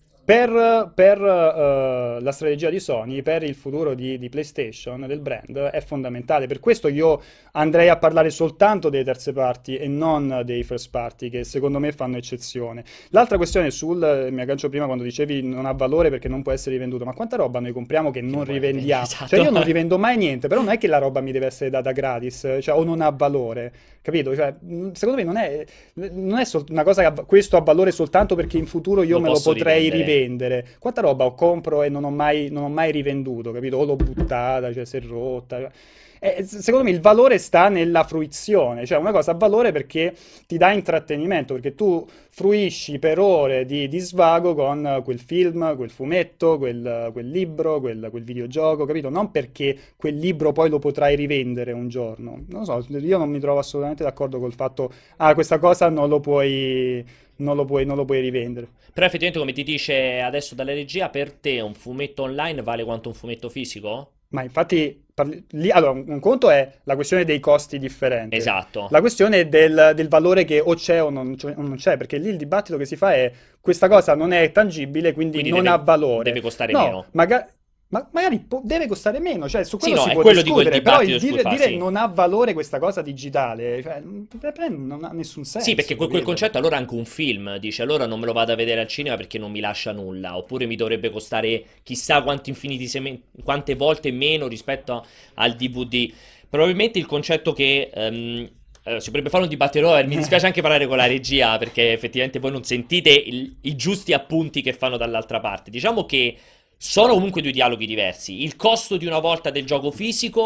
per, per, eh, la strategia di Sony, per il futuro di, di PlayStation, del brand, è fondamentale. Per questo io andrei a parlare soltanto delle terze parti e non dei first party, che secondo me fanno eccezione. L'altra questione sul, mi aggancio prima quando dicevi non ha valore perché non può essere rivenduto, ma quanta roba noi compriamo che Che non non puoi rivendere, rivendiamo? esatto. Cioè io non rivendo mai niente, però non è che la roba mi deve essere data gratis, cioè, o non ha valore, capito? Cioè, mh, secondo me non è, non è sol- una cosa che ha- questo ha valore soltanto perché in futuro io Lo me lo posso potrei rivendere. rivendere. Quanta roba ho compro e non ho mai, non ho mai rivenduto, capito? O l'ho buttata, cioè si è rotta. Eh, s- secondo me il valore sta nella fruizione, cioè una cosa ha valore perché ti dà intrattenimento, perché tu fruisci per ore di, di svago con quel film, quel fumetto, quel, quel libro, quel, quel videogioco, capito? Non perché quel libro poi lo potrai rivendere un giorno. Non lo so, io non mi trovo assolutamente d'accordo col fatto, ah, questa cosa non lo puoi, non lo puoi, non lo puoi rivendere. Però effettivamente, come ti dice adesso dalla regia, per te un fumetto online vale quanto un fumetto fisico? Ma infatti, parli- lì, allora, un un conto è la questione dei costi differenti, Esatto. la questione è del, del valore che o c'è o non c'è, o non c'è, perché lì il dibattito che si fa è questa cosa non è tangibile, quindi Quindi non ha deve, valore. deve costare No, meno. maga- ma magari po- deve costare meno, cioè su Sì, quello no, si è può quello di quel discutere, però il dibattito su cui dire, fa, dire sì. non ha valore questa cosa digitale, cioè, per me non ha nessun Sì, perché senso, quel, quel capito? concetto allora anche un film dice allora non me lo vado a vedere al cinema perché non mi lascia nulla, oppure mi dovrebbe costare chissà quanti infinitesimamente, quante volte meno rispetto al D V D. Probabilmente il concetto che ehm, eh, si potrebbe fare un dibattito, eh, mi dispiace anche parlare con la regia perché effettivamente voi non sentite il- i giusti appunti che fanno dall'altra parte. Diciamo che sono comunque due dialoghi diversi. Il costo di una volta del gioco fisico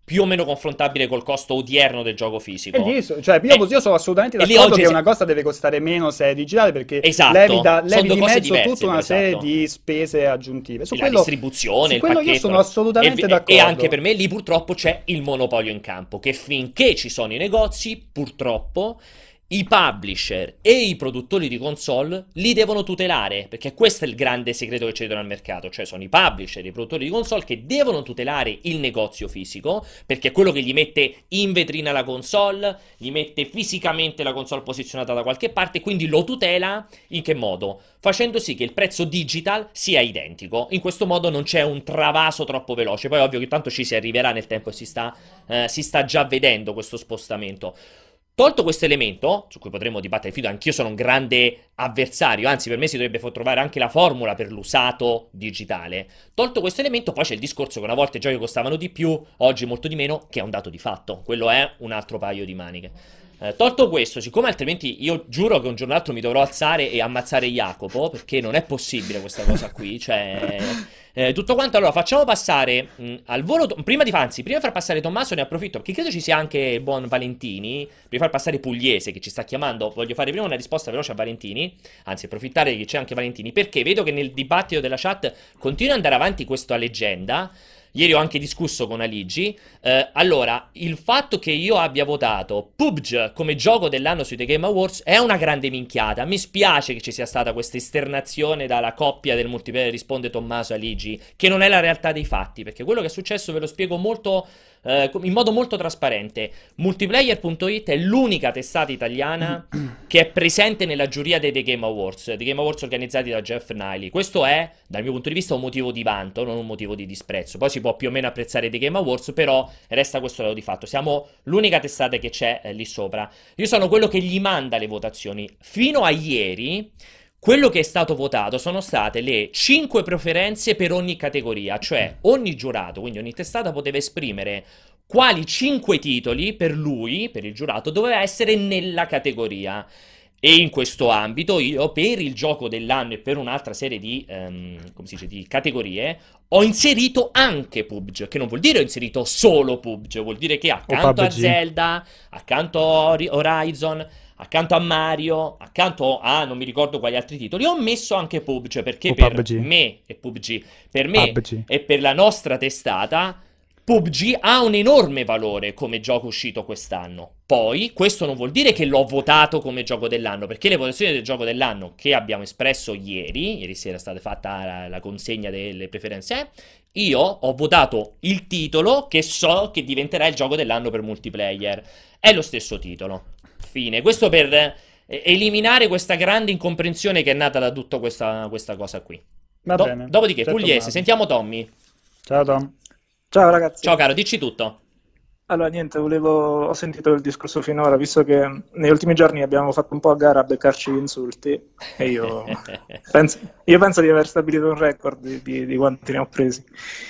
più o meno confrontabile col costo odierno del gioco fisico. E lì, so- cioè, io, E- io sono assolutamente e lì d'accordo oggi che se- una cosa deve costare meno se è digitale, perché Esatto, levi, da- sono levi due di cose mezzo diverse, tutta una però, serie esatto. di spese aggiuntive. Su La quello, distribuzione, su il quello pacchetto. io sono assolutamente e, d'accordo. e anche per me lì purtroppo c'è il monopolio in campo, che finché ci sono i negozi, purtroppo i publisher e i produttori di console li devono tutelare, perché questo è il grande segreto che c'è dentro al mercato, cioè sono i publisher e i produttori di console che devono tutelare il negozio fisico, perché è quello che gli mette in vetrina la console, gli mette fisicamente la console posizionata da qualche parte, quindi lo tutela in che modo? Facendo sì che il prezzo digital sia identico. In questo modo non c'è un travaso troppo veloce. Poi ovvio che tanto ci si arriverà nel tempo e si sta, eh, si sta già vedendo questo spostamento. Tolto questo elemento, su cui potremmo dibattere fido, anch'io sono un grande avversario, anzi per me si dovrebbe trovare anche la formula per l'usato digitale. Tolto questo elemento, poi c'è il discorso che una volta i giochi costavano di più, oggi molto di meno, che è un dato di fatto. Quello è un altro paio di maniche. Eh, tolto questo, siccome altrimenti io giuro che un giorno o l'altro mi dovrò alzare e ammazzare Jacopo, perché non è possibile questa cosa qui, cioè... Eh, tutto quanto, allora facciamo passare mh, al volo. To- prima di anzi, prima di far passare Tommaso, ne approfitto perché credo ci sia anche il buon Valentini. Prima di far passare Pugliese che ci sta chiamando, voglio fare prima una risposta veloce a Valentini. Anzi, approfittare che c'è anche Valentini, perché vedo che nel dibattito della chat continua ad andare avanti questa leggenda. Ieri ho anche discusso con Aligi. Eh, allora, il fatto che io abbia votato P U B G come gioco dell'anno sui The Game Awards è una grande minchiata. Mi spiace che ci sia stata questa esternazione dalla coppia del multiplayer, risponde Tommaso Aligi, che non è la realtà dei fatti, perché quello che è successo ve lo spiego molto... Uh, in modo molto trasparente. Multiplayer punto it è l'unica testata italiana che è presente nella giuria dei The Game Awards, The Game Awards organizzati da Jeff Niley. Questo è, dal mio punto di vista, un motivo di vanto, non un motivo di disprezzo. Poi si può più o meno apprezzare The Game Awards, però resta questo dato di fatto. Siamo l'unica testata che c'è eh, lì sopra. Io sono quello che gli manda le votazioni. Fino a ieri... Quello che è stato votato sono state le cinque preferenze per ogni categoria, cioè ogni giurato, quindi ogni testata poteva esprimere quali cinque titoli per lui, per il giurato, doveva essere nella categoria. E in questo ambito io, per il gioco dell'anno e per un'altra serie di, ehm, come si dice, di categorie, ho inserito anche P U B G, che non vuol dire ho inserito solo P U B G, vuol dire che accanto a Zelda, accanto a Horizon... accanto a Mario, accanto a non mi ricordo quali altri titoli, ho messo anche P U B G, perché O per P U B G. me e P U B G, per me P U B G. e per la nostra testata, P U B G ha un enorme valore come gioco uscito quest'anno. Poi, questo non vuol dire che l'ho votato come gioco dell'anno, perché le votazioni del gioco dell'anno che abbiamo espresso ieri, ieri sera è stata fatta la, la consegna delle preferenze, io ho votato il titolo che so che diventerà il gioco dell'anno per multiplayer. È lo stesso titolo. Fine. Questo per eh, eliminare questa grande incomprensione che è nata da tutta questa, questa cosa qui. Va Do- bene. dopodiché, C'è Pugliese, Tommaso. sentiamo Tommy. Ciao Tom. Ciao ragazzi. Ciao caro, dici tutto. Allora, niente, volevo... ho sentito il discorso finora, visto che negli ultimi giorni abbiamo fatto un po' a gara a beccarci gli insulti e io penso, io penso di aver stabilito un record di, di, di quanti ne ho presi.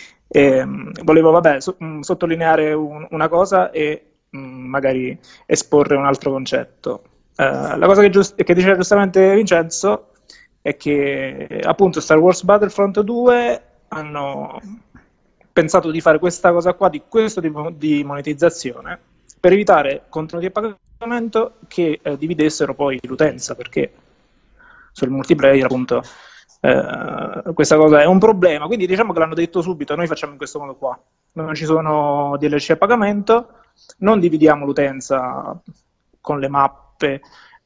E, mh, volevo, vabbè, so- mh, sottolineare un- una cosa e mh, magari esporre un altro concetto. Eh, la cosa che, giust- che diceva giustamente Vincenzo è che appunto Star Wars Battlefront due hanno pensato di fare questa cosa qua, di questo tipo di monetizzazione, per evitare contenuti a pagamento che eh, dividessero poi l'utenza, perché sul multiplayer appunto eh, questa cosa è un problema, quindi diciamo che l'hanno detto subito, noi facciamo in questo modo qua, non ci sono D L C a pagamento, non dividiamo l'utenza con le mappe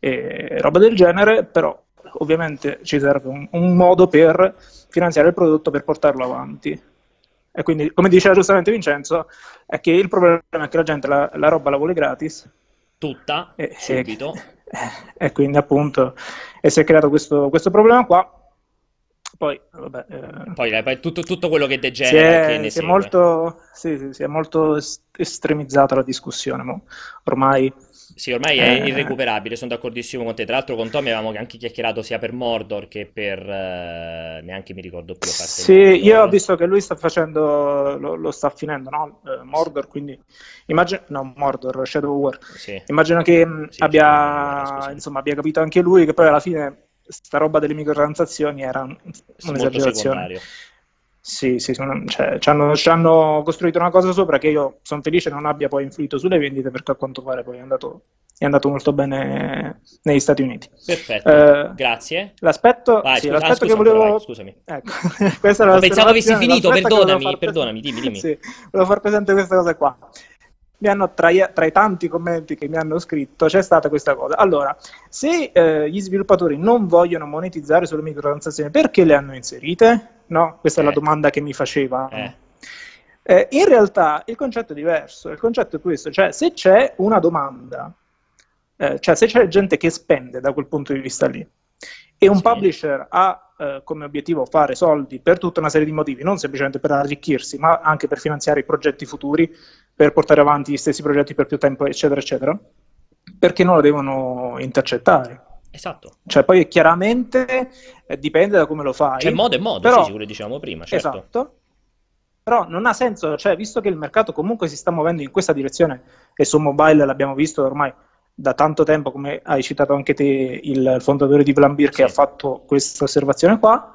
e roba del genere, però ovviamente ci serve un, un modo per finanziare il prodotto, per portarlo avanti. E quindi, come diceva giustamente Vincenzo, è che il problema è che la gente la, la roba la vuole gratis. Tutta, e, subito. E, e quindi appunto e si è creato questo, questo problema qua. Poi, vabbè, eh, Poi, eh, poi tutto, tutto quello che si degenera, che è, ne si è segue. molto, sì, sì, si è molto es- estremizzata la discussione, mo. Ormai Sì, ormai è eh, irrecuperabile, sono d'accordissimo con te. Tra l'altro con Tommy avevamo anche chiacchierato sia per Mordor che per... eh, neanche mi ricordo più a parte sì, io ho Mordor. visto che lui sta facendo, lo, lo sta finendo, no? Eh, Mordor, quindi immagino, no, Mordor, Shadow War. Sì, Immagino che mh, sì, Shadow War, abbia, scusa. insomma, abbia capito anche lui che poi alla fine sta roba delle microtransazioni era un- Sì, molto un'esagerazione. secondario. Sì, sì, sono- cioè, ci hanno, ci hanno costruito una cosa sopra che io sono felice non abbia poi influito sulle vendite perché a quanto pare poi è andato, è andato molto bene negli Stati Uniti. Perfetto, Eh, grazie. l'aspetto, Vai, sì, scusa, ah, l'aspetto che scusa ancora, vai, volevo... scusami. Ecco, questa era Oh, pensavo avessi l'osservazione, finito, l'aspetto che volevo perdonami, far presente, perdonami, dimmi, dimmi. sì, volevo far presente questa cosa qua. Mi hanno, tra, i, tra i tanti commenti che mi hanno scritto c'è stata questa cosa. Allora, se eh, gli sviluppatori non vogliono monetizzare sulle microtransazioni, perché le hanno inserite? No, questa è la Eh, domanda che mi facevano. eh, Eh, in realtà il concetto è diverso, il concetto è questo, cioè se c'è una domanda, eh, cioè se c'è gente che spende da quel punto di vista lì, e un sì, publisher ha eh, come obiettivo fare soldi per tutta una serie di motivi, non semplicemente per arricchirsi, ma anche per finanziare i progetti futuri, per portare avanti gli stessi progetti per più tempo, eccetera, eccetera, perché non lo devono intercettare? esatto. Cioè, poi chiaramente eh, dipende da come lo C'è fai, modo e modo, sì, però, sicuro diciamo prima, certo. esatto, però non ha senso, cioè, visto che il mercato comunque si sta muovendo in questa direzione e su mobile l'abbiamo visto ormai da tanto tempo, come hai citato anche te, il fondatore di Vlambir che Sì. ha fatto questa osservazione qua,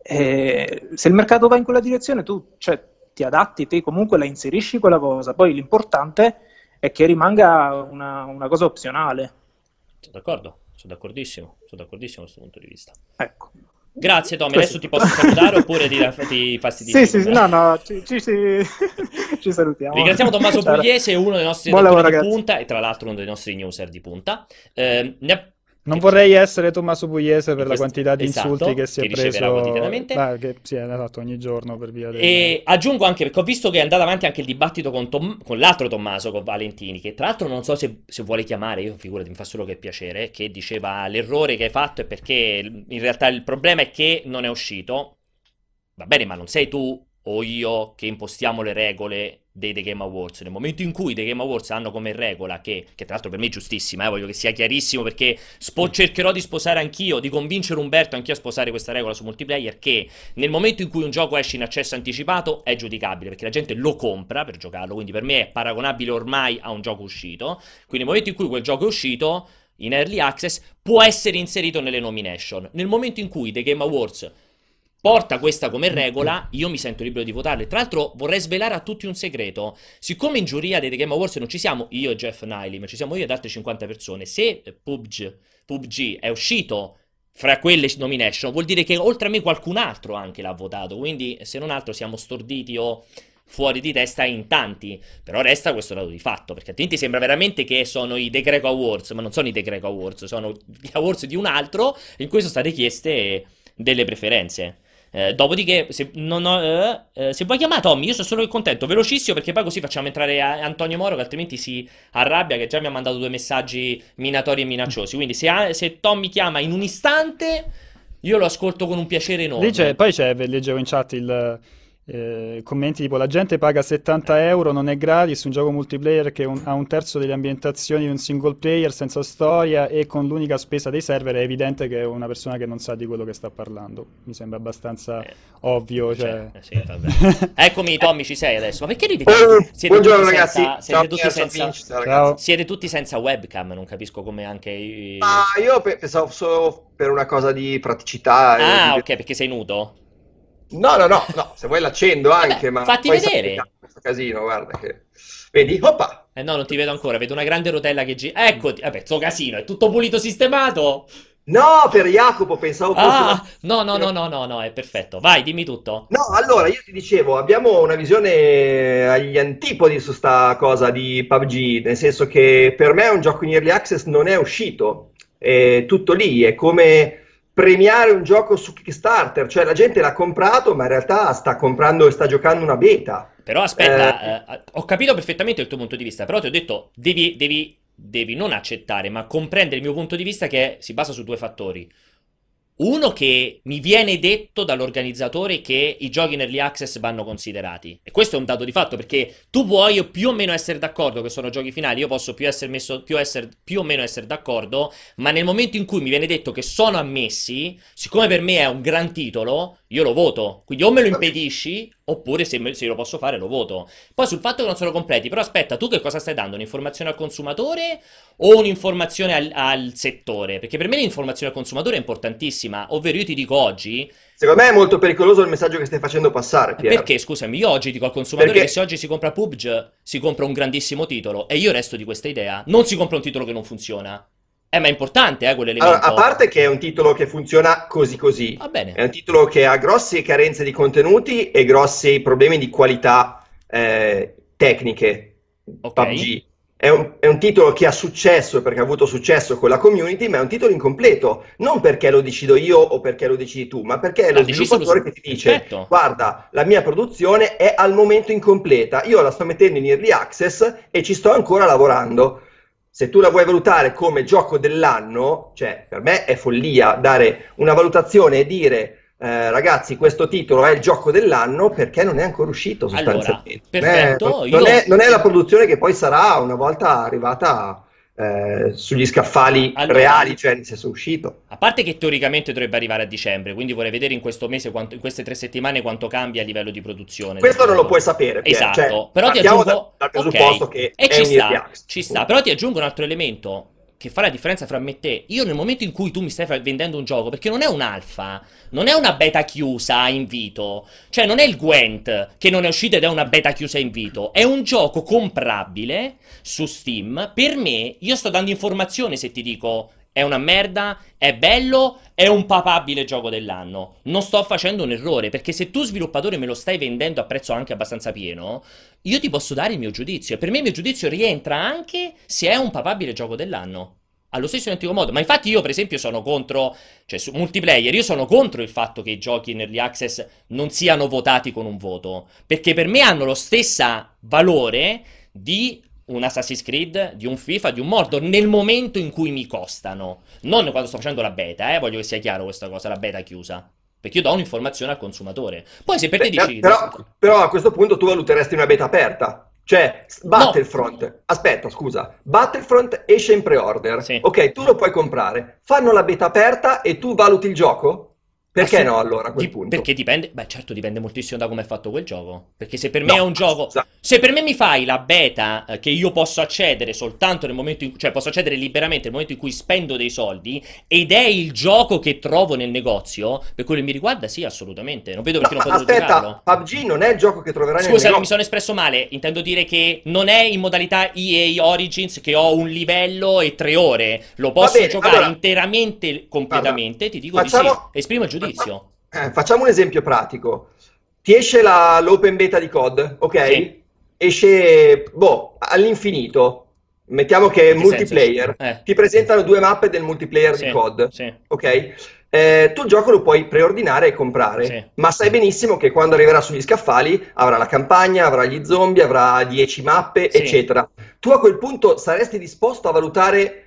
eh, se il mercato va in quella direzione tu cioè, ti adatti, te comunque la inserisci quella cosa, poi l'importante è che rimanga una, una cosa opzionale. Sono d'accordo, sono d'accordissimo, sono d'accordissimo da questo punto di vista. Ecco. Grazie Tommy, Questo. adesso ti posso salutare oppure ti, ti fastidisci? Sì, sì, sì, no, no, ci, ci, ci, ci salutiamo. Ringraziamo Tommaso Ciao. Pugliese, uno dei nostri Buon redattori lavoro, di ragazzi. punta e tra l'altro uno dei nostri newser di punta. Eh, ne ha- Non che- vorrei essere Tommaso Pugliese per In la questo- quantità di esatto, insulti che si che è riceverà preso, quotidianamente. Beh, che, sì, esatto, ogni giorno per via del... E aggiungo anche, perché ho visto che è andato avanti anche il dibattito con, Tom- con l'altro Tommaso, con Valentini, che tra l'altro non so se, se vuole chiamare, io figurati, mi fa solo che piacere, che diceva l'errore che hai fatto è perché in realtà il problema è che non è uscito. Va bene, ma non sei tu o io che impostiamo le regole dei The Game Awards. Nel momento in cui i The Game Awards hanno come regola, che, che tra l'altro per me è giustissima, eh, voglio che sia chiarissimo perché spo- cercherò di sposare anch'io, di convincere Umberto anch'io a sposare questa regola su multiplayer, che nel momento in cui un gioco esce in accesso anticipato è giudicabile, perché la gente lo compra per giocarlo, quindi per me è paragonabile ormai a un gioco uscito. Quindi nel momento in cui quel gioco è uscito, in early access, può essere inserito nelle nomination. Nel momento in cui The Game Awards porta questa come regola, io mi sento libero di votarle. Tra l'altro vorrei svelare a tutti un segreto. Siccome in giuria dei The Game Awards non ci siamo io e Jeff Niley, ma ci siamo io ed altre cinquanta persone, se P U B G, P U B G è uscito fra quelle nomination, vuol dire che oltre a me qualcun altro anche l'ha votato. Quindi se non altro siamo storditi o fuori di testa in tanti. Però resta questo dato di fatto, perché altrimenti sembra veramente che sono i The Greco Awards, ma non sono i The Greco Awards, sono gli awards di un altro in cui sono state chieste delle preferenze. Eh, dopodiché, se, non ho, eh, eh, se vuoi chiamare Tommy, io sono solo contento, velocissimo, perché poi così facciamo entrare a- Antonio Moro, che altrimenti si arrabbia, che già mi ha mandato due messaggi minatori e minacciosi. Quindi se, se Tommy chiama in un istante, io lo ascolto con un piacere enorme. Lì c'è- poi c'è, leggevo in chat il... eh, commenti tipo la gente paga settanta euro, non è gratis, un gioco multiplayer che un- ha un terzo delle ambientazioni di un single player senza storia e con l'unica spesa dei server. È evidente che è una persona che non sa di quello che sta parlando, mi sembra abbastanza Eh, ovvio, cioè, cioè... eh, sì, vabbè. Eccomi Tommy, ci sei adesso. Ma perché ridi? Oh, Siete buongiorno tutti ragazzi, senza, siete ciao tutti Pier, ciao senza, Finch, ciao Ciao. ragazzi. siete tutti senza webcam, non capisco come anche i... Ma io pe- pensavo solo per una cosa di praticità. e Ah, di- ok, perché sei nudo? No, no, no, no, se vuoi l'accendo anche, Vabbè, ma fatti poi vedere. sapete questo casino, guarda che... Vedi, oppa! Eh no, non ti vedo ancora, vedo una grande rotella che gira. Eccoti, vabbè, sto casino, è tutto pulito, sistemato. No, per Jacopo pensavo fosse Ah, una... no, no, no, no, no, no, è perfetto. Vai, dimmi tutto. No, allora io ti dicevo, abbiamo una visione agli antipodi su sta cosa di P U B G, nel senso che per me un gioco in early access non è uscito, è tutto lì, è come premiare un gioco su Kickstarter, cioè la gente l'ha comprato ma in realtà sta comprando e sta giocando una beta. Però aspetta, eh, ho capito perfettamente il tuo punto di vista, però ti ho detto, devi, devi, devi non accettare, ma comprendere il mio punto di vista che si basa su due fattori. Uno, che mi viene detto dall'organizzatore che i giochi in early access vanno considerati. E questo è un dato di fatto, perché tu puoi più o meno essere d'accordo che sono giochi finali, io posso più, essere messo, più, essere, più o meno essere d'accordo, ma nel momento in cui mi viene detto che sono ammessi, siccome per me è un gran titolo, io lo voto. Quindi o me lo impedisci, oppure se, me- se io lo posso fare lo voto. Poi sul fatto che non sono completi, però aspetta, tu che cosa stai dando? Un'informazione al consumatore o un'informazione al, al settore? Perché per me l'informazione al consumatore è importantissima, ovvero io ti dico oggi, Secondo me è molto pericoloso il messaggio che stai facendo passare, Pier. perché scusami, io oggi dico al consumatore Perché- che se oggi si compra P U B G, si compra un grandissimo titolo, e io resto di questa idea, non si compra un titolo che non funziona. Eh, ma è importante, eh, quell'elemento. Allora, a parte che è un titolo che funziona così così, Va bene. è un titolo che ha grosse carenze di contenuti e grossi problemi di qualità eh, tecniche. Ok. P U B G è un, è un titolo che ha successo perché ha avuto successo con la community, ma è un titolo incompleto, non perché lo decido io o perché lo decidi tu, ma perché è L'ha lo deciso sviluppatore lo- che ti dice: Perfetto. guarda, la mia produzione è al momento incompleta, io la sto mettendo in early access e ci sto ancora lavorando. Se tu la vuoi valutare come gioco dell'anno, cioè per me è follia dare una valutazione e dire eh, ragazzi, questo titolo è il gioco dell'anno perché non è ancora uscito sostanzialmente. Allora, perfetto, Eh, non, io- è, non è la produzione che poi sarà una volta arrivata eh, sugli scaffali Allora- reali, cioè nel senso uscito. A parte che teoricamente dovrebbe arrivare a dicembre, quindi vorrei vedere in questo mese, quanto, in queste tre settimane, quanto cambia a livello di produzione. Questo del non lo gioco. puoi sapere, Pier, Esatto, cioè, però ti partiamo aggiungo... da- dal presupposto ok, che e è ci un early sta, access. ci sta, però ti aggiungo un altro elemento che fa la differenza fra me e te. Io nel momento in cui tu mi stai fa- vendendo un gioco, perché non è un'alfa, non è una beta chiusa a invito, cioè non è il Gwent che non è uscito ed è una beta chiusa a invito, è un gioco comprabile su Steam. Per me, io sto dando informazione se ti dico è una merda, è bello, è un papabile gioco dell'anno. Non sto facendo un errore, perché se tu sviluppatore me lo stai vendendo a prezzo anche abbastanza pieno, io ti posso dare il mio giudizio. E per me il mio giudizio rientra anche se è un papabile gioco dell'anno. Allo stesso identico modo. Ma infatti io per esempio sono contro, cioè su multiplayer, io sono contro il fatto che i giochi in early access non siano votati con un voto. Perché per me hanno lo stesso valore di un Assassin's Creed, di un FIFA, di un Mordor, nel momento in cui mi costano. Non quando sto facendo la beta, eh, voglio che sia chiaro questa cosa, la beta chiusa. Perché io do un'informazione al consumatore. Poi se per te Beh, dici... però, però a questo punto tu valuteresti una beta aperta. Cioè, Battlefront, aspetta, scusa, Battlefront esce in pre-order. Sì. Ok, tu lo puoi comprare. Fanno la beta aperta e tu valuti il gioco? Perché Assu- no allora a quel Di- punto? Perché dipende, beh certo dipende moltissimo da come è fatto quel gioco. Perché se per me No, è un gioco, scusa. se per me mi fai la beta eh, che io posso accedere soltanto nel momento in cui, cioè posso accedere liberamente nel momento in cui spendo dei soldi ed è il gioco che trovo nel negozio, per quello che mi riguarda sì, assolutamente. Non vedo No, perché ma non potrò aspetta, giocarlo. P U B G non è il gioco che troverai nel Scusa, mi negozio. sono espresso male. Intendo dire che non è in modalità E A Origins che ho un livello e tre ore. Lo posso bene, giocare allora- interamente, completamente. Ti dico Facciamo- di sì. Esprimo il giudizio. Eh, facciamo un esempio pratico. Ti esce la- l'open beta di C O D, ok? Sì. Esce, boh, all'infinito. Mettiamo che è In che multiplayer. senso? Eh. Ti presentano due mappe del multiplayer Sì, di C O D, sì. ok? Eh, tu il gioco lo puoi preordinare e comprare, Sì. ma sai benissimo che quando arriverà sugli scaffali avrà la campagna, avrà gli zombie, avrà dieci mappe, Sì. eccetera. Tu a quel punto saresti disposto a valutare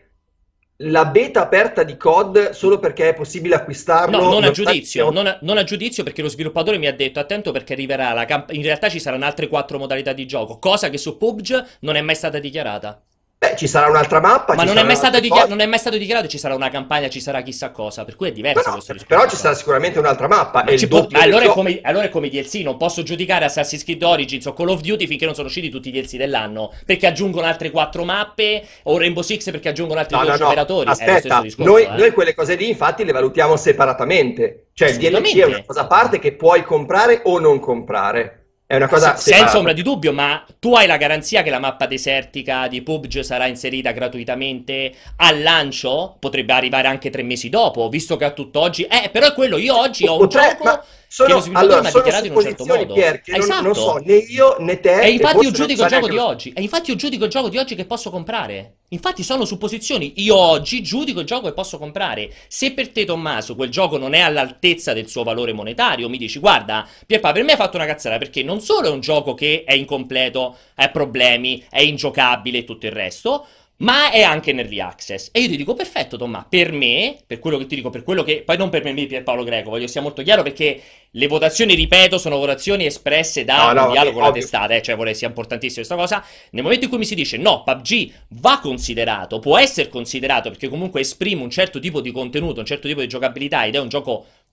la beta aperta di C O D solo perché è possibile acquistarlo? No, non a nonostante giudizio, sia- non a, non a giudizio perché lo sviluppatore mi ha detto attento perché arriverà la camp- in realtà ci saranno altre quattro modalità di gioco, cosa che su P U B G non è mai stata dichiarata. Beh, ci sarà un'altra mappa, Ma ci non è, saranno mai stata altre dichiar- cose. non è mai stato dichiarato ci sarà una campagna, ci sarà chissà cosa, per cui è diverso No, no, questo discorso. però ci sarà sicuramente un'altra mappa. Ma, è ci il può- doppio ma del allora, è gioco. come, allora è come i D L C, non posso giudicare Assassin's Creed Origins o Call of Duty finché non sono usciti tutti i D L C dell'anno, perché aggiungono altre quattro mappe, o Rainbow Six perché aggiungono altri No, no, dodici no, operatori. È lo aspetta, stesso discorso, noi, eh. noi quelle cose lì infatti le valutiamo separatamente. Cioè il D L C è Assolutamente. una cosa a parte che puoi comprare o non comprare. È una cosa Se- senza separata. ombra di dubbio, ma tu hai la garanzia che la mappa desertica di P U B G sarà inserita gratuitamente al lancio? Potrebbe arrivare anche tre mesi dopo, visto che a tutt'oggi... Eh, però è quello, io oggi ho un Potrei- gioco ma che sono, lo sviluppatore allora, mi ha sono dichiarato in un certo supposizioni, modo. Pier, che non, Esatto. non so né io né te. E infatti forse io non giudico sa il gioco neanche di lo- oggi. E infatti io giudico il gioco di oggi che posso comprare. Infatti sono supposizioni. Io oggi giudico il gioco che posso comprare. Se per te, Tommaso, quel gioco non è all'altezza del suo valore monetario, mi dici, guarda, Pierpa, per me hai fatto una cazzata, perché non solo è un gioco che è incompleto, ha problemi, è ingiocabile e tutto il resto, ma è anche in early access. E io ti dico, perfetto, Tommaso, per me, per quello che ti dico, per quello che... Poi non per me, Pierpaolo Greco, voglio sia molto chiaro, perché le votazioni, ripeto, sono votazioni espresse da No, no, un vabbè, dialogo con la ovvio. testata, eh, cioè vuole sia importantissima questa cosa. Nel momento in cui mi si dice, no, P U B G va considerato, può essere considerato, perché comunque esprime un certo tipo di contenuto, un certo tipo di giocabilità, ed è un gioco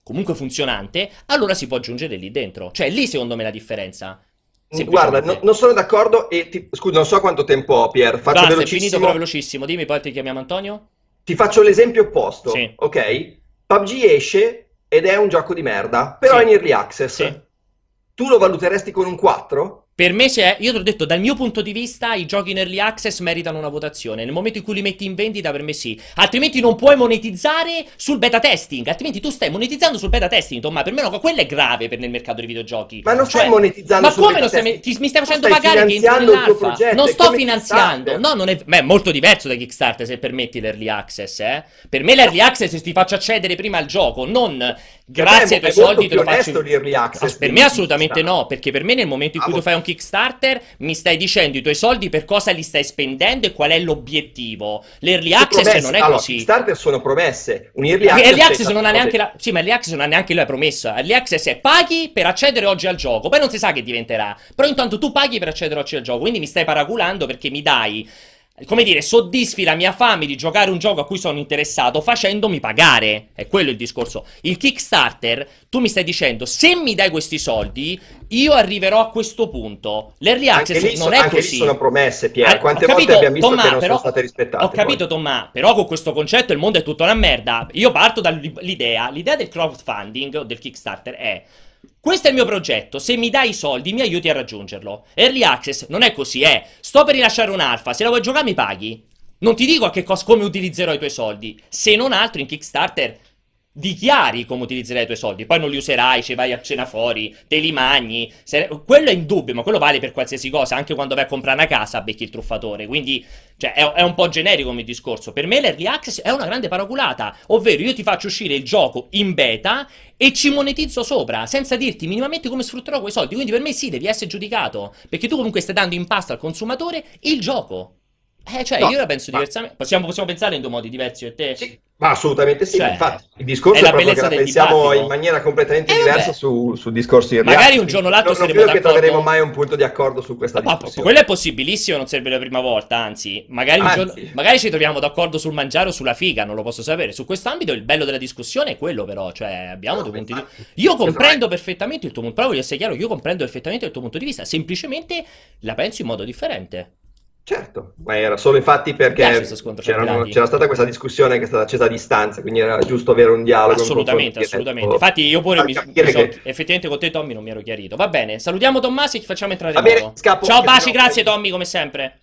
comunque funzionante, allora si può aggiungere lì dentro. Cioè, lì secondo me la differenza. Guarda, no, non sono d'accordo e ti, scusa, non so quanto tempo ho, Pier, faccio Basta, è velocissimo. finito però velocissimo. Dimmi, poi ti chiamiamo Antonio? Ti faccio l'esempio opposto, Sì. ok? P U B G esce ed è un gioco di merda, però Sì. è in early access. Sì. Tu lo valuteresti con un quattro? Per me, se è, io te l'ho detto, dal mio punto di vista, i giochi in early access meritano una votazione. Nel momento in cui li metti in vendita, per me sì. Altrimenti non puoi monetizzare sul beta testing. Altrimenti tu stai monetizzando sul beta testing, Tommaso. Per me no, quello è grave per nel mercato dei videogiochi. Ma non Cioè, stai monetizzando ma sul come beta non stai, testing? ti- mi stai Tu facendo stai pagare che entro finanziando il tuo nell'alfa? progetto, Non è sto come finanziando. Kickstarter. No, non è. Beh, è molto diverso da Kickstarter, se permetti l'early access, eh. Per me l'early access ti faccio accedere prima al gioco, non grazie ai tuoi è molto soldi te lo più faccio. onesto l'early access Per di me assolutamente Kickstarter. no, perché per me nel momento in cui Ah, tu fai un Kickstarter mi stai dicendo i tuoi soldi per cosa li stai spendendo e qual è l'obiettivo. L'early Sono access promesse. non è Allora, così. Kickstarter sono promesse. Un early Perché access, Early è access non ha cose- neanche la. Sì, ma Early access non ha neanche la promessa. Early access è paghi per accedere oggi al gioco. Poi non si sa che diventerà. Però intanto tu paghi per accedere oggi al gioco. Quindi mi stai paraculando perché mi dai. Come dire, soddisfi la mia fame di giocare un gioco a cui sono interessato facendomi pagare. È quello il discorso. Il Kickstarter, tu mi stai dicendo, se mi dai questi soldi, io arriverò a questo punto. L'early Anche access lì, non so- è anche lì così. sono promesse, Pier. Ah, Quante ho volte capito, abbiamo visto Tomà, che non però- sono state rispettate? Ho capito, poi? Tomà, però con questo concetto il mondo è tutta una merda. Io parto dall'idea, l'idea del crowdfunding o del Kickstarter è: questo è il mio progetto, se mi dai i soldi mi aiuti a raggiungerlo. Early access non è così, è sto per rilasciare un'alfa, se la vuoi giocare mi paghi. Non ti dico a che cosa, come utilizzerò i tuoi soldi. Se non altro in Kickstarter dichiari come utilizzerai i tuoi soldi. Poi non li userai, ci vai a cena fuori, te li mangi. Se- Quello è indubbio, ma quello vale per qualsiasi cosa. Anche quando vai a comprare una casa becchi il truffatore. Quindi, cioè, è, è un po' generico come discorso. Per me l'early access è una grande paraculata. Ovvero, io ti faccio uscire il gioco in beta e ci monetizzo sopra, senza dirti minimamente come sfrutterò quei soldi. Quindi per me sì, devi essere giudicato. Perché tu comunque stai dando in pasto al consumatore il gioco. Eh, cioè, No, io la penso ma- diversamente. Possiamo, possiamo pensare in due modi diversi, io e te? Sì, ma assolutamente sì. Cioè, Infatti, il discorso è è, la proprio che bellezza la del pensiamo dibattito. in maniera completamente Eh, diversa vabbè. su, su discorsi in Magari realtà. un giorno o l'altro non, non saremo credo che d'accordo. troveremo mai un punto di accordo su questa Ma discussione. quello è possibilissimo, non serve la prima volta, anzi, magari, un Anzi. giorno- magari ci troviamo d'accordo sul mangiare o sulla figa, non lo posso sapere. Su quest'ambito il bello della discussione è quello, però, cioè abbiamo No, due punti di infatti. Io comprendo Esatto. perfettamente il tuo punto, però voglio essere chiaro, io comprendo perfettamente il tuo punto di vista, semplicemente la penso in modo differente. Certo, ma era solo infatti Mi piace perché questo scontro tra c'erano- pirati. c'era stata questa discussione che è stata accesa a distanza, quindi era giusto avere un dialogo. Assolutamente, un confronto assolutamente. diretto. Infatti io pure Per mi, capire mi sono- che- effettivamente con te Tommy non mi ero chiarito. Va bene, salutiamo Tommaso e ci facciamo entrare Va in bene, modo. scappo, Ciao perché baci, sennò grazie poi- Tommy come sempre.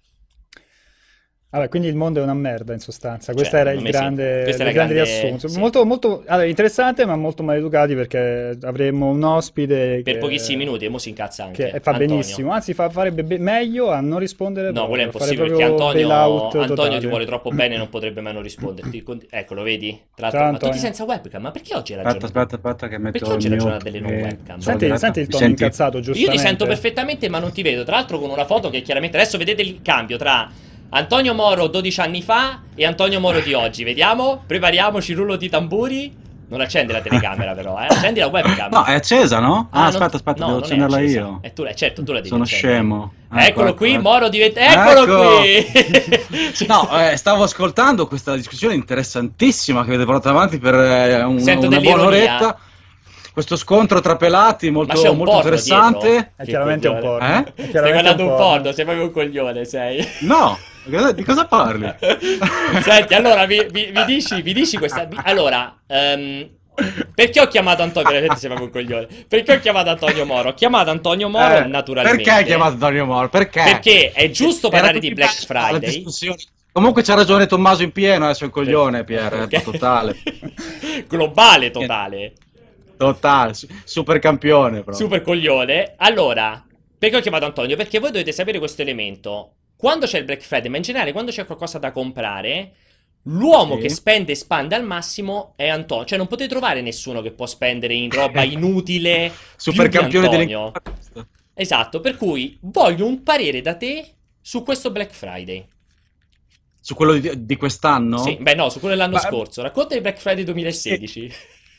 Vabbè, quindi il mondo è una merda in sostanza. Questo Cioè, era il secondo me sì. grande, Questo era il grande grande- riassunto. sì. Molto, molto allora, interessante, ma molto maleducati perché avremo un ospite Per che, pochissimi minuti e mo si incazza anche. che fa Antonio. benissimo. Anzi, fa, farebbe be- meglio a non rispondere. No, proprio, quello è a fare impossibile perché proprio Antonio, bailout Antonio totale. ti vuole troppo bene e non potrebbe mai non risponderti. Con- Ecco, lo vedi? Tra l'altro, Ciao, ma tutti Antonio. senza webcam. Ma perché oggi è la Aspetta, giornata? aspetta, aspetta che metto Perché oggi è il la giornata mute delle non e- webcam? sono Senti, diretta. senti il Mi tono senti? incazzato, Io giustamente. ti sento perfettamente, ma non ti vedo. Tra l'altro, con una foto che chiaramente adesso vedete il cambio tra Antonio Moro dodici anni fa e Antonio Moro di oggi. Vediamo, prepariamoci, rullo di tamburi. Non accende la telecamera, però, eh. Accendi la webcam. No, è accesa, no? Ah, non- aspetta, aspetta, no, devo non è accenderla accesa. io. E tu, eh, certo, tu la devi Sono accendere. scemo. Ecco, Eccolo ecco, qui, ecco. Moro diventa... Eccolo Ecco! qui! No, eh, stavo ascoltando questa discussione interessantissima che avete portato avanti per eh, un- Sento una buona dell'ironia. oretta. Questo scontro tra pelati Ma molto, c'è un molto porno interessante. dietro? È Che chiaramente un coglione. porno. Eh? È Stai chiaramente guardando un porno, sei proprio un coglione, sei. No, di cosa parli? Senti, allora mi, mi- mi dici, mi dici questa. mi- Allora, ehm, perché ho chiamato Antonio? Veramente sei proprio un coglione. Perché ho chiamato Antonio Moro? Ho chiamato Antonio Moro Eh, naturalmente. Perché hai chiamato Antonio Moro? Perché? Perché è giusto Era parlare tutti di Black passi alla Friday. discussione. Comunque c'ha ragione Tommaso in pieno, adesso è un coglione, Pier, Ok. totale. Globale totale. Totale, su- super campione proprio. Super coglione. Allora, perché ho chiamato Antonio? Perché voi dovete sapere questo elemento. Quando c'è il Black Friday, ma in generale quando c'è qualcosa da comprare, l'uomo Sì. che spende e spande al massimo è Antonio. Cioè non potete trovare nessuno che può spendere in roba inutile Super più di campione Antonio. dell'incarto. Esatto, per cui voglio un parere da te su questo Black Friday. Su quello di, di quest'anno? Sì, beh no, su quello dell'anno Ma- scorso. Racconta il Black Friday duemilasedici.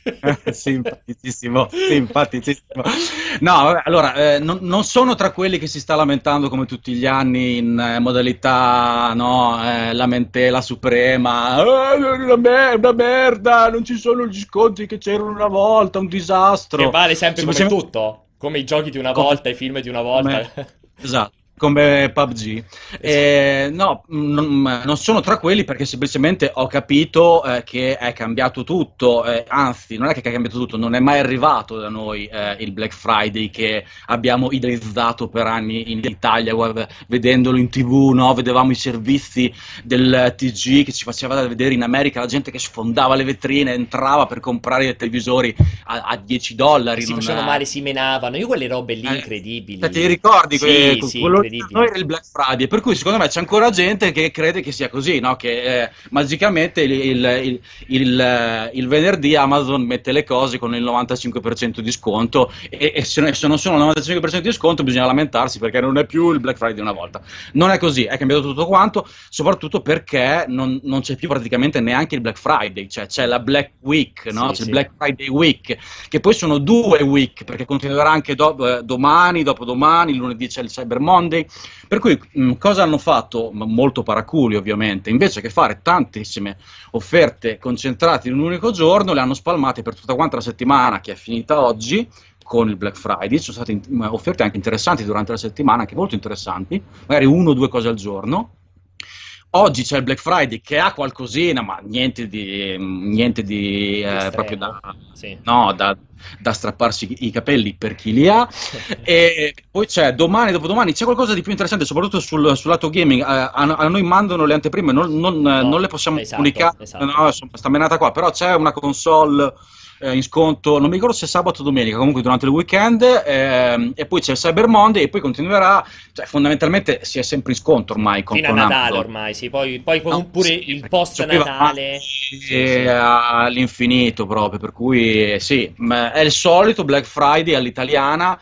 Simpaticissimo, simpaticissimo. No, vabbè, allora, eh, non, non sono tra quelli che si sta lamentando come tutti gli anni in eh, modalità, no, eh, lamentela suprema. "Ah, una, mer- una merda, non ci sono gli sconti che c'erano una volta, un disastro. Che vale sempre come Semplicemente- tutto, come i giochi di una Come- volta, i film di una volta. come- Esatto, come P U B G. Eh, no, non, non sono tra quelli perché semplicemente ho capito eh, che è cambiato tutto, eh, anzi, non è che è cambiato tutto, non è mai arrivato da noi eh, il Black Friday che abbiamo idealizzato per anni in Italia, guarda, vedendolo in tivù, no? Vedevamo i servizi del T G che ci faceva vedere in America, la gente che sfondava le vetrine, entrava per comprare i televisori a, a dieci dollari. Si non facevano è- male, si menavano. Io quelle robe lì Eh, incredibili. cioè, ti ricordi Sì, que- sì, quello incredibili. noi era il Black Friday, per cui secondo me c'è ancora gente che crede che sia così, no? Che eh, magicamente il, il- il- il, eh, il venerdì Amazon mette le cose con il novantacinque per cento di sconto e, e se, se non sono il novantacinque per cento di sconto bisogna lamentarsi perché non è più il Black Friday di una volta. Non è così, è cambiato tutto quanto, soprattutto perché non, non c'è più praticamente neanche il Black Friday, cioè c'è la Black Week, no? Sì, C'è sì. il Black Friday Week, che poi sono due week, perché continuerà anche do- eh, domani, dopodomani, lunedì c'è il Cyber Monday, per cui mh, cosa hanno fatto? M- Molto paraculi ovviamente, invece che fare tantissime offerte concentrate in un unico giorno, le hanno spalmate per tutta quanta la settimana che è finita oggi, con il Black Friday, ci sono state in- offerte anche interessanti durante la settimana, anche molto interessanti, magari uno o due cose al giorno. Oggi c'è il Black Friday che ha qualcosina, ma niente di, niente di eh, Estremo. proprio da, Sì. no, da, da strapparsi i capelli per chi li ha. E poi c'è domani, dopodomani, c'è qualcosa di più interessante, soprattutto sul, sul lato gaming. Eh, a, a noi mandano le anteprime, non, non, No, non le possiamo esatto, comunicare, esatto. no, insomma, sta menata qua, però c'è una console eh, in sconto, non mi ricordo se sabato o domenica, comunque durante il weekend, ehm, e poi c'è il Cyber Monday e poi continuerà, cioè fondamentalmente si è sempre in sconto ormai con, Fino a con Natale Amazon. ormai, sì. Poi, poi No, pure sì, il perché post ci va Natale. avanti, Sì, eh, sì. all'infinito proprio, per cui eh, sì, ma è il solito Black Friday all'italiana.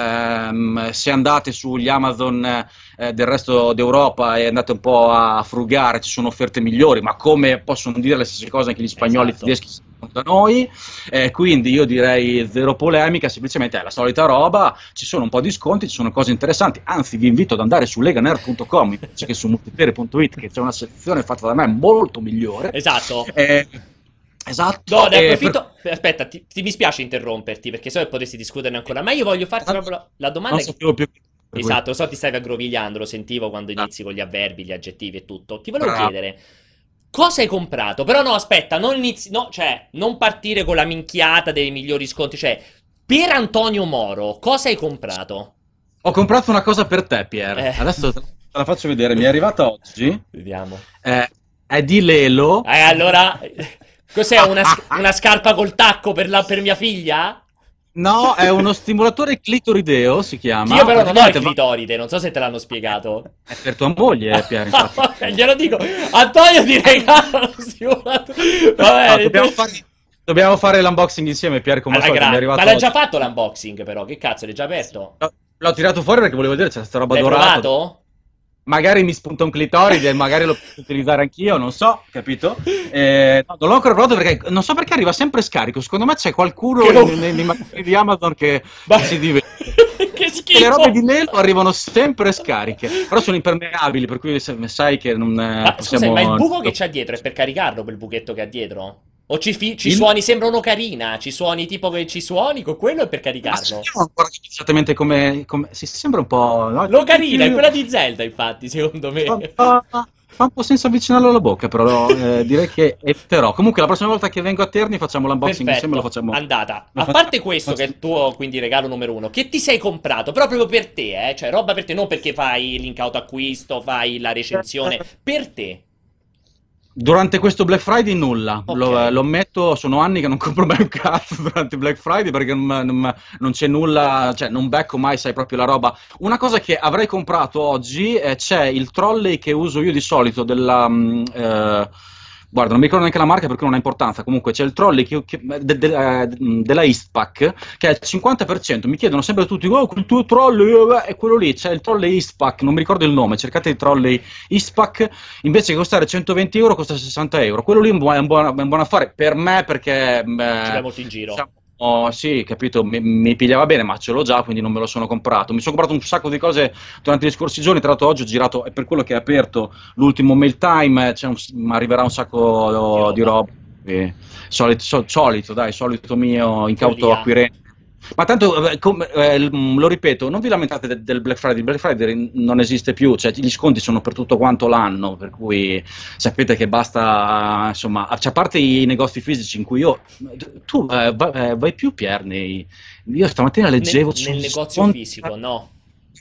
Ehm, se andate sugli Amazon eh, del resto d'Europa e andate un po' a frugare, ci sono offerte migliori, ma come possono dire le stesse cose anche gli spagnoli e Esatto. i tedeschi da noi, eh, quindi io direi zero polemica, semplicemente è la solita roba, ci sono un po' di sconti, ci sono cose interessanti, anzi vi invito ad andare su leganerd punto com invece che su multiplayer punto it, che c'è una sezione fatta da me molto migliore. Esatto. Eh, esatto. No, ne eh, approfitto. Aspetta, ti, ti dispiace interromperti perché so che potresti discuterne ancora, ma io voglio farti per- proprio la domanda. non che- sapevo più per cui- Esatto, so ti stavi aggrovigliando, lo sentivo quando Ah. inizi con gli avverbi, gli aggettivi e tutto. Ti volevo Bravo. chiedere cosa hai comprato? Però no, aspetta, non inizi, no, cioè, non partire con la minchiata dei migliori sconti, cioè, per Antonio Moro, cosa hai comprato? Ho comprato una cosa per te, Pier. Eh. Adesso te la faccio vedere. Mi è arrivata oggi. Vediamo. Eh, è di Lelo. Eh, allora, cos'è una, sc- una scarpa col tacco per, la, per mia figlia? No, è uno stimolatore clitorideo, si chiama. Io però non ho il Praticamente va- clitoride, non so se te l'hanno spiegato. È per tua moglie, Pier, infatti. Eh, glielo dico, Antonio ti regala lo stimulatore. Va No, bene. dobbiamo, fare, dobbiamo fare l'unboxing insieme, Pier, come al Alla solito. Mi è grande. arrivato Ma l'hai già oggi. fatto l'unboxing però? Che cazzo, l'hai già aperto? L'ho- L'ho tirato fuori perché volevo vedere, c'è questa roba L'hai dorata. provato? Magari mi spunta un clitoride, magari lo posso utilizzare anch'io, non so, capito? Eh, no, non l'ho ancora provato perché non so perché arriva sempre scarico. Secondo me c'è qualcuno Che- nei, nei- nei magazzini di Amazon che Ma- si diverte. Che E schifo. le robe di Lelo arrivano sempre scariche, però sono impermeabili, per cui se- sai che non eh, Ma possiamo... scusa, ma il buco che c'ha dietro è per caricarlo, quel buchetto che ha dietro? O ci, fi- ci Il- suoni, sembra uno carina, ci suoni tipo che ci suoni con quello e per Ma caricarlo? sentiamo ancora esattamente come, come... Si sembra un po'... no? L'ocarina, è quella di Zelda, infatti, secondo me. Fa, fa- fa un po' senso avvicinarlo alla bocca, però eh, direi che eviterò. Comunque la prossima volta che vengo a Terni facciamo l'unboxing insieme, lo Perfetto, facciamo... andata. lo A facciamo- parte questo, che è il tuo, quindi, regalo numero uno, che ti sei comprato proprio per te, eh? Cioè, roba per te, non perché fai l'incauto acquisto, fai la recensione, per te. Durante questo Black Friday nulla, Ok. lo, lo ammetto, sono anni che non compro mai un cazzo durante il Black Friday perché non, non- non c'è nulla, cioè non becco mai, sai, proprio la roba. Una cosa che avrei comprato oggi, eh, c'è il trolley che uso io di solito della... mm, eh, guarda, non mi ricordo neanche la marca perché non ha importanza, comunque c'è il trolley che, che, de, de, eh, della Eastpak che è il cinquanta per cento, mi chiedono sempre tutti, oh, quel tuo trolley, è quello lì, c'è il trolley Eastpak, non mi ricordo il nome, cercate il trolley Eastpak, invece che costare centoventi euro costa sessanta euro, quello lì è un buon, è un buon, è un buon affare per me perché... Ci vai molto in giro. Diciamo, oh, sì, capito, mi, mi pigliava bene, ma ce l'ho già, quindi non me lo sono comprato. Mi sono comprato un sacco di cose durante gli scorsi giorni, tra l'altro oggi ho girato, è per quello che è aperto l'ultimo mail time, c'è un, arriverà un sacco di roba. Eh, solito, so, solito, dai, solito mio incauto Follia. acquirente. Ma tanto, eh, com- eh, lo ripeto, non vi lamentate de- del Black Friday, il Black Friday non esiste più, cioè gli sconti sono per tutto quanto l'anno, per cui sapete che basta, insomma, a a parte i negozi fisici in cui io, tu eh, vai, eh, vai più Pier, nei- io stamattina leggevo... Nel, nel negozio sconti- fisico, no.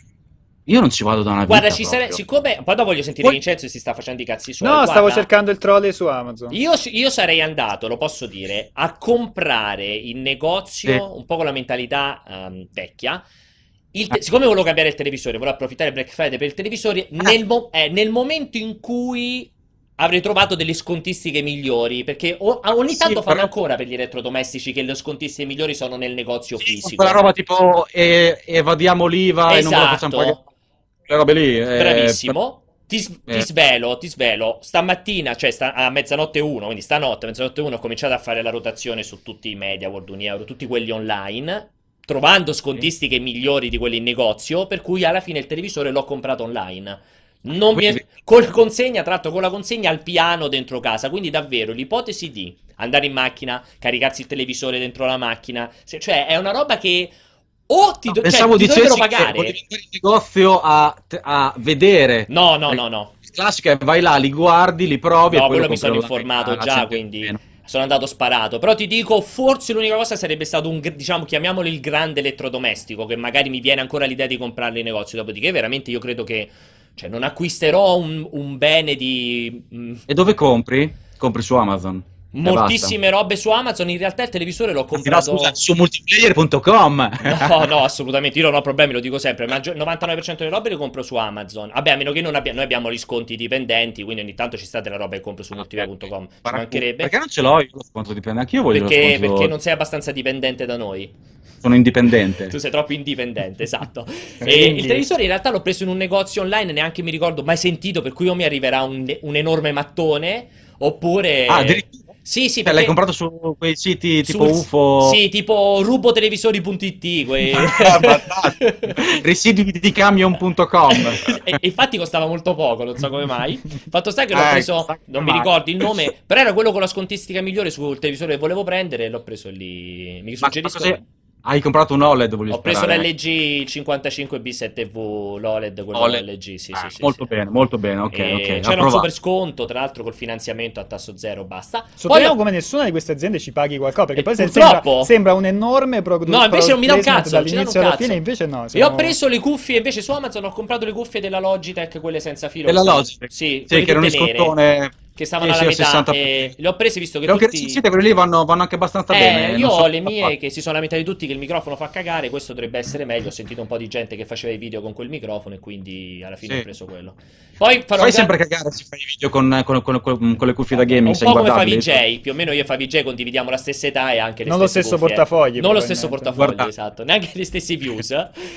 Io non ci vado da una vita. Guarda, ci sare- proprio. siccome... Poi dopo voglio sentire Poi- Vincenzo e si sta facendo i cazzi suoi. No, Guarda, stavo cercando il trolley su Amazon. Io, io sarei andato, lo posso dire, a comprare in negozio, Sì. un po' con la mentalità ehm, vecchia. Il te- siccome volevo cambiare il televisore, volevo approfittare del Black Friday per il televisore, nel, mo- eh, nel momento in cui avrei trovato delle scontistiche migliori, perché o- a- ogni Sì, tanto fanno però- ancora per gli elettrodomestici che le scontistiche migliori sono nel negozio fisico. Quella roba tipo eh, evadiamo l'IVA e non ve la facciamo pagare. Esatto. Quelle robe lì. eh, Bravissimo. Ti, s- ti Eh. svelo, ti svelo. Stamattina, cioè sta- a mezzanotte uno, quindi stanotte, mezzanotte uno, ho cominciato a fare la rotazione su tutti i media, World un euro, tutti quelli online, trovando scontistiche migliori di quelli in negozio, per cui alla fine il televisore l'ho comprato online. Non mi è- Quindi- Con consegna, tratto con la consegna al piano dentro casa, quindi davvero l'ipotesi di andare in macchina, caricarsi il televisore dentro la macchina, se- cioè è una roba che o ti, do- cioè, Pensavo ti dovrebbero dicessi che pagare. volevi andare in negozio a, a vedere. No, no, no, no. Il classico è vai là, li guardi, li provi e No, poi quello lo mi sono compri informato online, già, alla quindi cento. sono andato sparato. Però ti dico, forse l'unica cosa sarebbe stato un, gr- diciamo, chiamiamolo il grande elettrodomestico, che magari mi viene ancora l'idea di comprarlo in negozio. Dopodiché, veramente, io credo che, cioè, non acquisterò un, un bene di mm, E dove compri? Compri su Amazon. E moltissime robe su Amazon. In realtà il televisore l'ho basta. No, comprato... scusa, su multiplayer punto com. No, no, assolutamente, io non ho problemi, lo dico sempre, ma il novantanove per cento delle robe le compro su Amazon. Vabbè, a meno che non abbia, noi abbiamo gli sconti dipendenti, quindi ogni tanto ci sta della roba che compro su multiplayer punto com. Ci mancherebbe. Perché non ce l'ho io lo sconto dipendente? Anch'io voglio Perché, lo sconto. perché non sei abbastanza dipendente da noi. Sono indipendente. Tu sei troppo indipendente, esatto. E Quindi- il televisore in realtà l'ho preso in un negozio online, neanche mi ricordo, mai sentito, per cui o mi arriverà un, un enorme mattone, oppure... Ah, addirittura? Sì, sì, Cioè, perché... l'hai comprato su quei siti tipo sul- U F O? Sì, tipo rubotelevisori.it, quei... Ah, fantastico. residui di camion punto com. e, e infatti costava molto poco, non so come mai. Fatto sta che l'ho Eh, preso, chissà non come mi mai. ricordo il nome, però era quello con la scontistica migliore sul televisore che volevo prendere e l'ho preso lì. Mi Ma suggerisco... cosa- hai comprato un O L E D, voglio Ho preso sperare. l'L G cinquantacinque B sette V, l'O L E D, quello O L E D. L G, sì, Ah, sì, sì, molto sì. bene, molto bene, ok, E ok. c'era un approvato. super sconto, tra l'altro col finanziamento a tasso zero, basta. Poi Speriamo ho- come nessuna di queste aziende ci paghi qualcosa, perché Eh, poi se purtroppo. sembra, sembra un enorme produ- No, invece non mi dà un placement cazzo, non ci danno dall'inizio un alla cazzo. fine, invece no. E siamo- ho preso le cuffie invece su Amazon, ho comprato le cuffie della Logitech, quelle senza filo. Della che stavano- Logitech? Sì, Sì, quelle che erano in tutte nere, scontone. che stavano Sì, alla sì, metà, sessanta e le ho prese visto che Le ho tutti... recensite, quelle lì vanno, vanno anche abbastanza Eh, bene. io non so ho le cosa mie fare. che si sono lamentati tutti che il microfono fa cagare, questo dovrebbe essere meglio. Ho sentito un po' di gente che faceva i video con quel microfono e quindi alla fine Sì. ho preso quello. Poi farò Fai un sempre gran- cagare se fai i video con, con- con- con- con le cuffie da gaming. un sei po' come fa inguardabile. V J, più o meno io e fa V J condividiamo la stessa età e anche le Non lo stesse stesso cuffie. portafogli, Non lo stesso probabilmente. portafoglio, Guarda. esatto, neanche gli stessi views.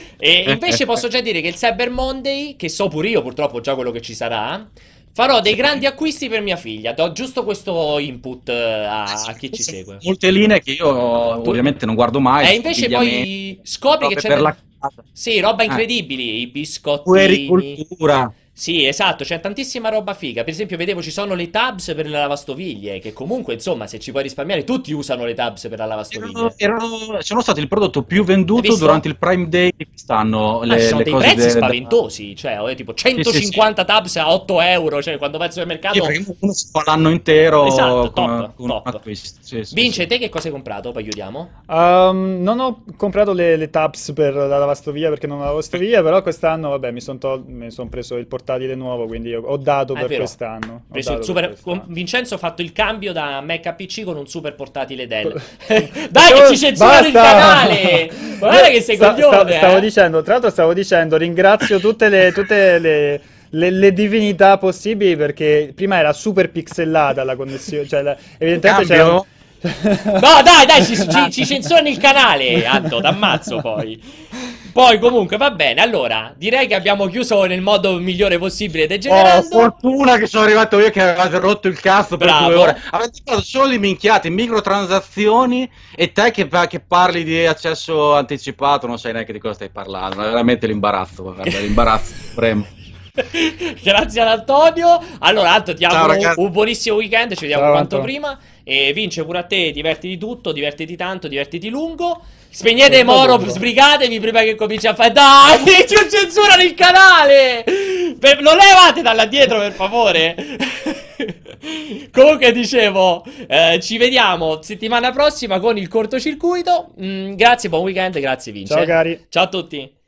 E invece posso già dire che il Cyber Monday, che so pure io purtroppo già quello che ci sarà, farò dei grandi acquisti per mia figlia. Do giusto questo input eh, a, a chi ci segue. Molte linee che io ovviamente non guardo mai. E invece poi scopri che robe c'è per del- la casa. Sì, roba Eh. incredibili, i biscottini. Puericultura. Sì, esatto, c'è tantissima roba figa. Per esempio, vedevo ci sono le tabs per le lavastoviglie, che comunque, insomma, se ci puoi risparmiare, tutti usano le tabs per la lavastoviglie. Erano, erano- sono stati il prodotto più Hai venduto visto? durante il Prime Day di quest'anno. Ma Le, ci sono le dei cose prezzi de- spaventosi, cioè, oh, tipo centocinquanta tabs a otto euro, cioè quando vai al Sì, supermercato... perché uno si fa l'anno intero. Esatto, con- top, con top. acquisti. Sì, sì, Vince, sì. te che cosa hai comprato? Poi chiudiamo. Um, non ho comprato le, le tabs per la lavastoviglie perché non ho la lavastoviglie, però quest'anno, vabbè, mi sono son preso il portatile nuovo, quindi ho, ho dato Ah, è per vero. quest'anno. Ho Preso il dato super- per quest'anno. con Vincenzo ha fatto il cambio da Mac a P C con un super portatile Dell. Dai, Dai che ci censurano il canale! Guarda che sei Sta- coglione, sta- Stavo eh. dicendo, tra l'altro stavo dicendo, ringrazio tutte le, tutte le, le, le divinità possibili, perché prima era super pixellata la connessione, cioè la, evidentemente c'era un... No, dai, dai, ci, ci, ci censuri il canale, Anto, t'ammazzo poi. Poi comunque va bene, allora direi che abbiamo chiuso nel modo migliore possibile degenerando. Oh, fortuna che sono arrivato io che avevate rotto il cazzo per Bravo. due ore. Avete parlato solo di minchiate, microtransazioni, e te che, che parli di accesso anticipato non sai neanche di cosa stai parlando. È veramente l'imbarazzo, guarda, l'imbarazzo supremo. Grazie ad Antonio. Allora Anto, ti Ciao, auguro ragazzi. un buonissimo weekend, ci vediamo Ciao, quanto Anto. prima. E vince pure a te, divertiti tutto, divertiti tanto, divertiti lungo. Spegnete Sì, Moro, duro. sbrigatevi prima che cominci a fare. Dai, ci censurano il canale! Per- Lo levate da là dietro, per favore. Comunque dicevo, eh, ci vediamo settimana prossima con il cortocircuito. Mm, grazie, buon weekend, grazie Vince. Ciao cari. Ciao a tutti.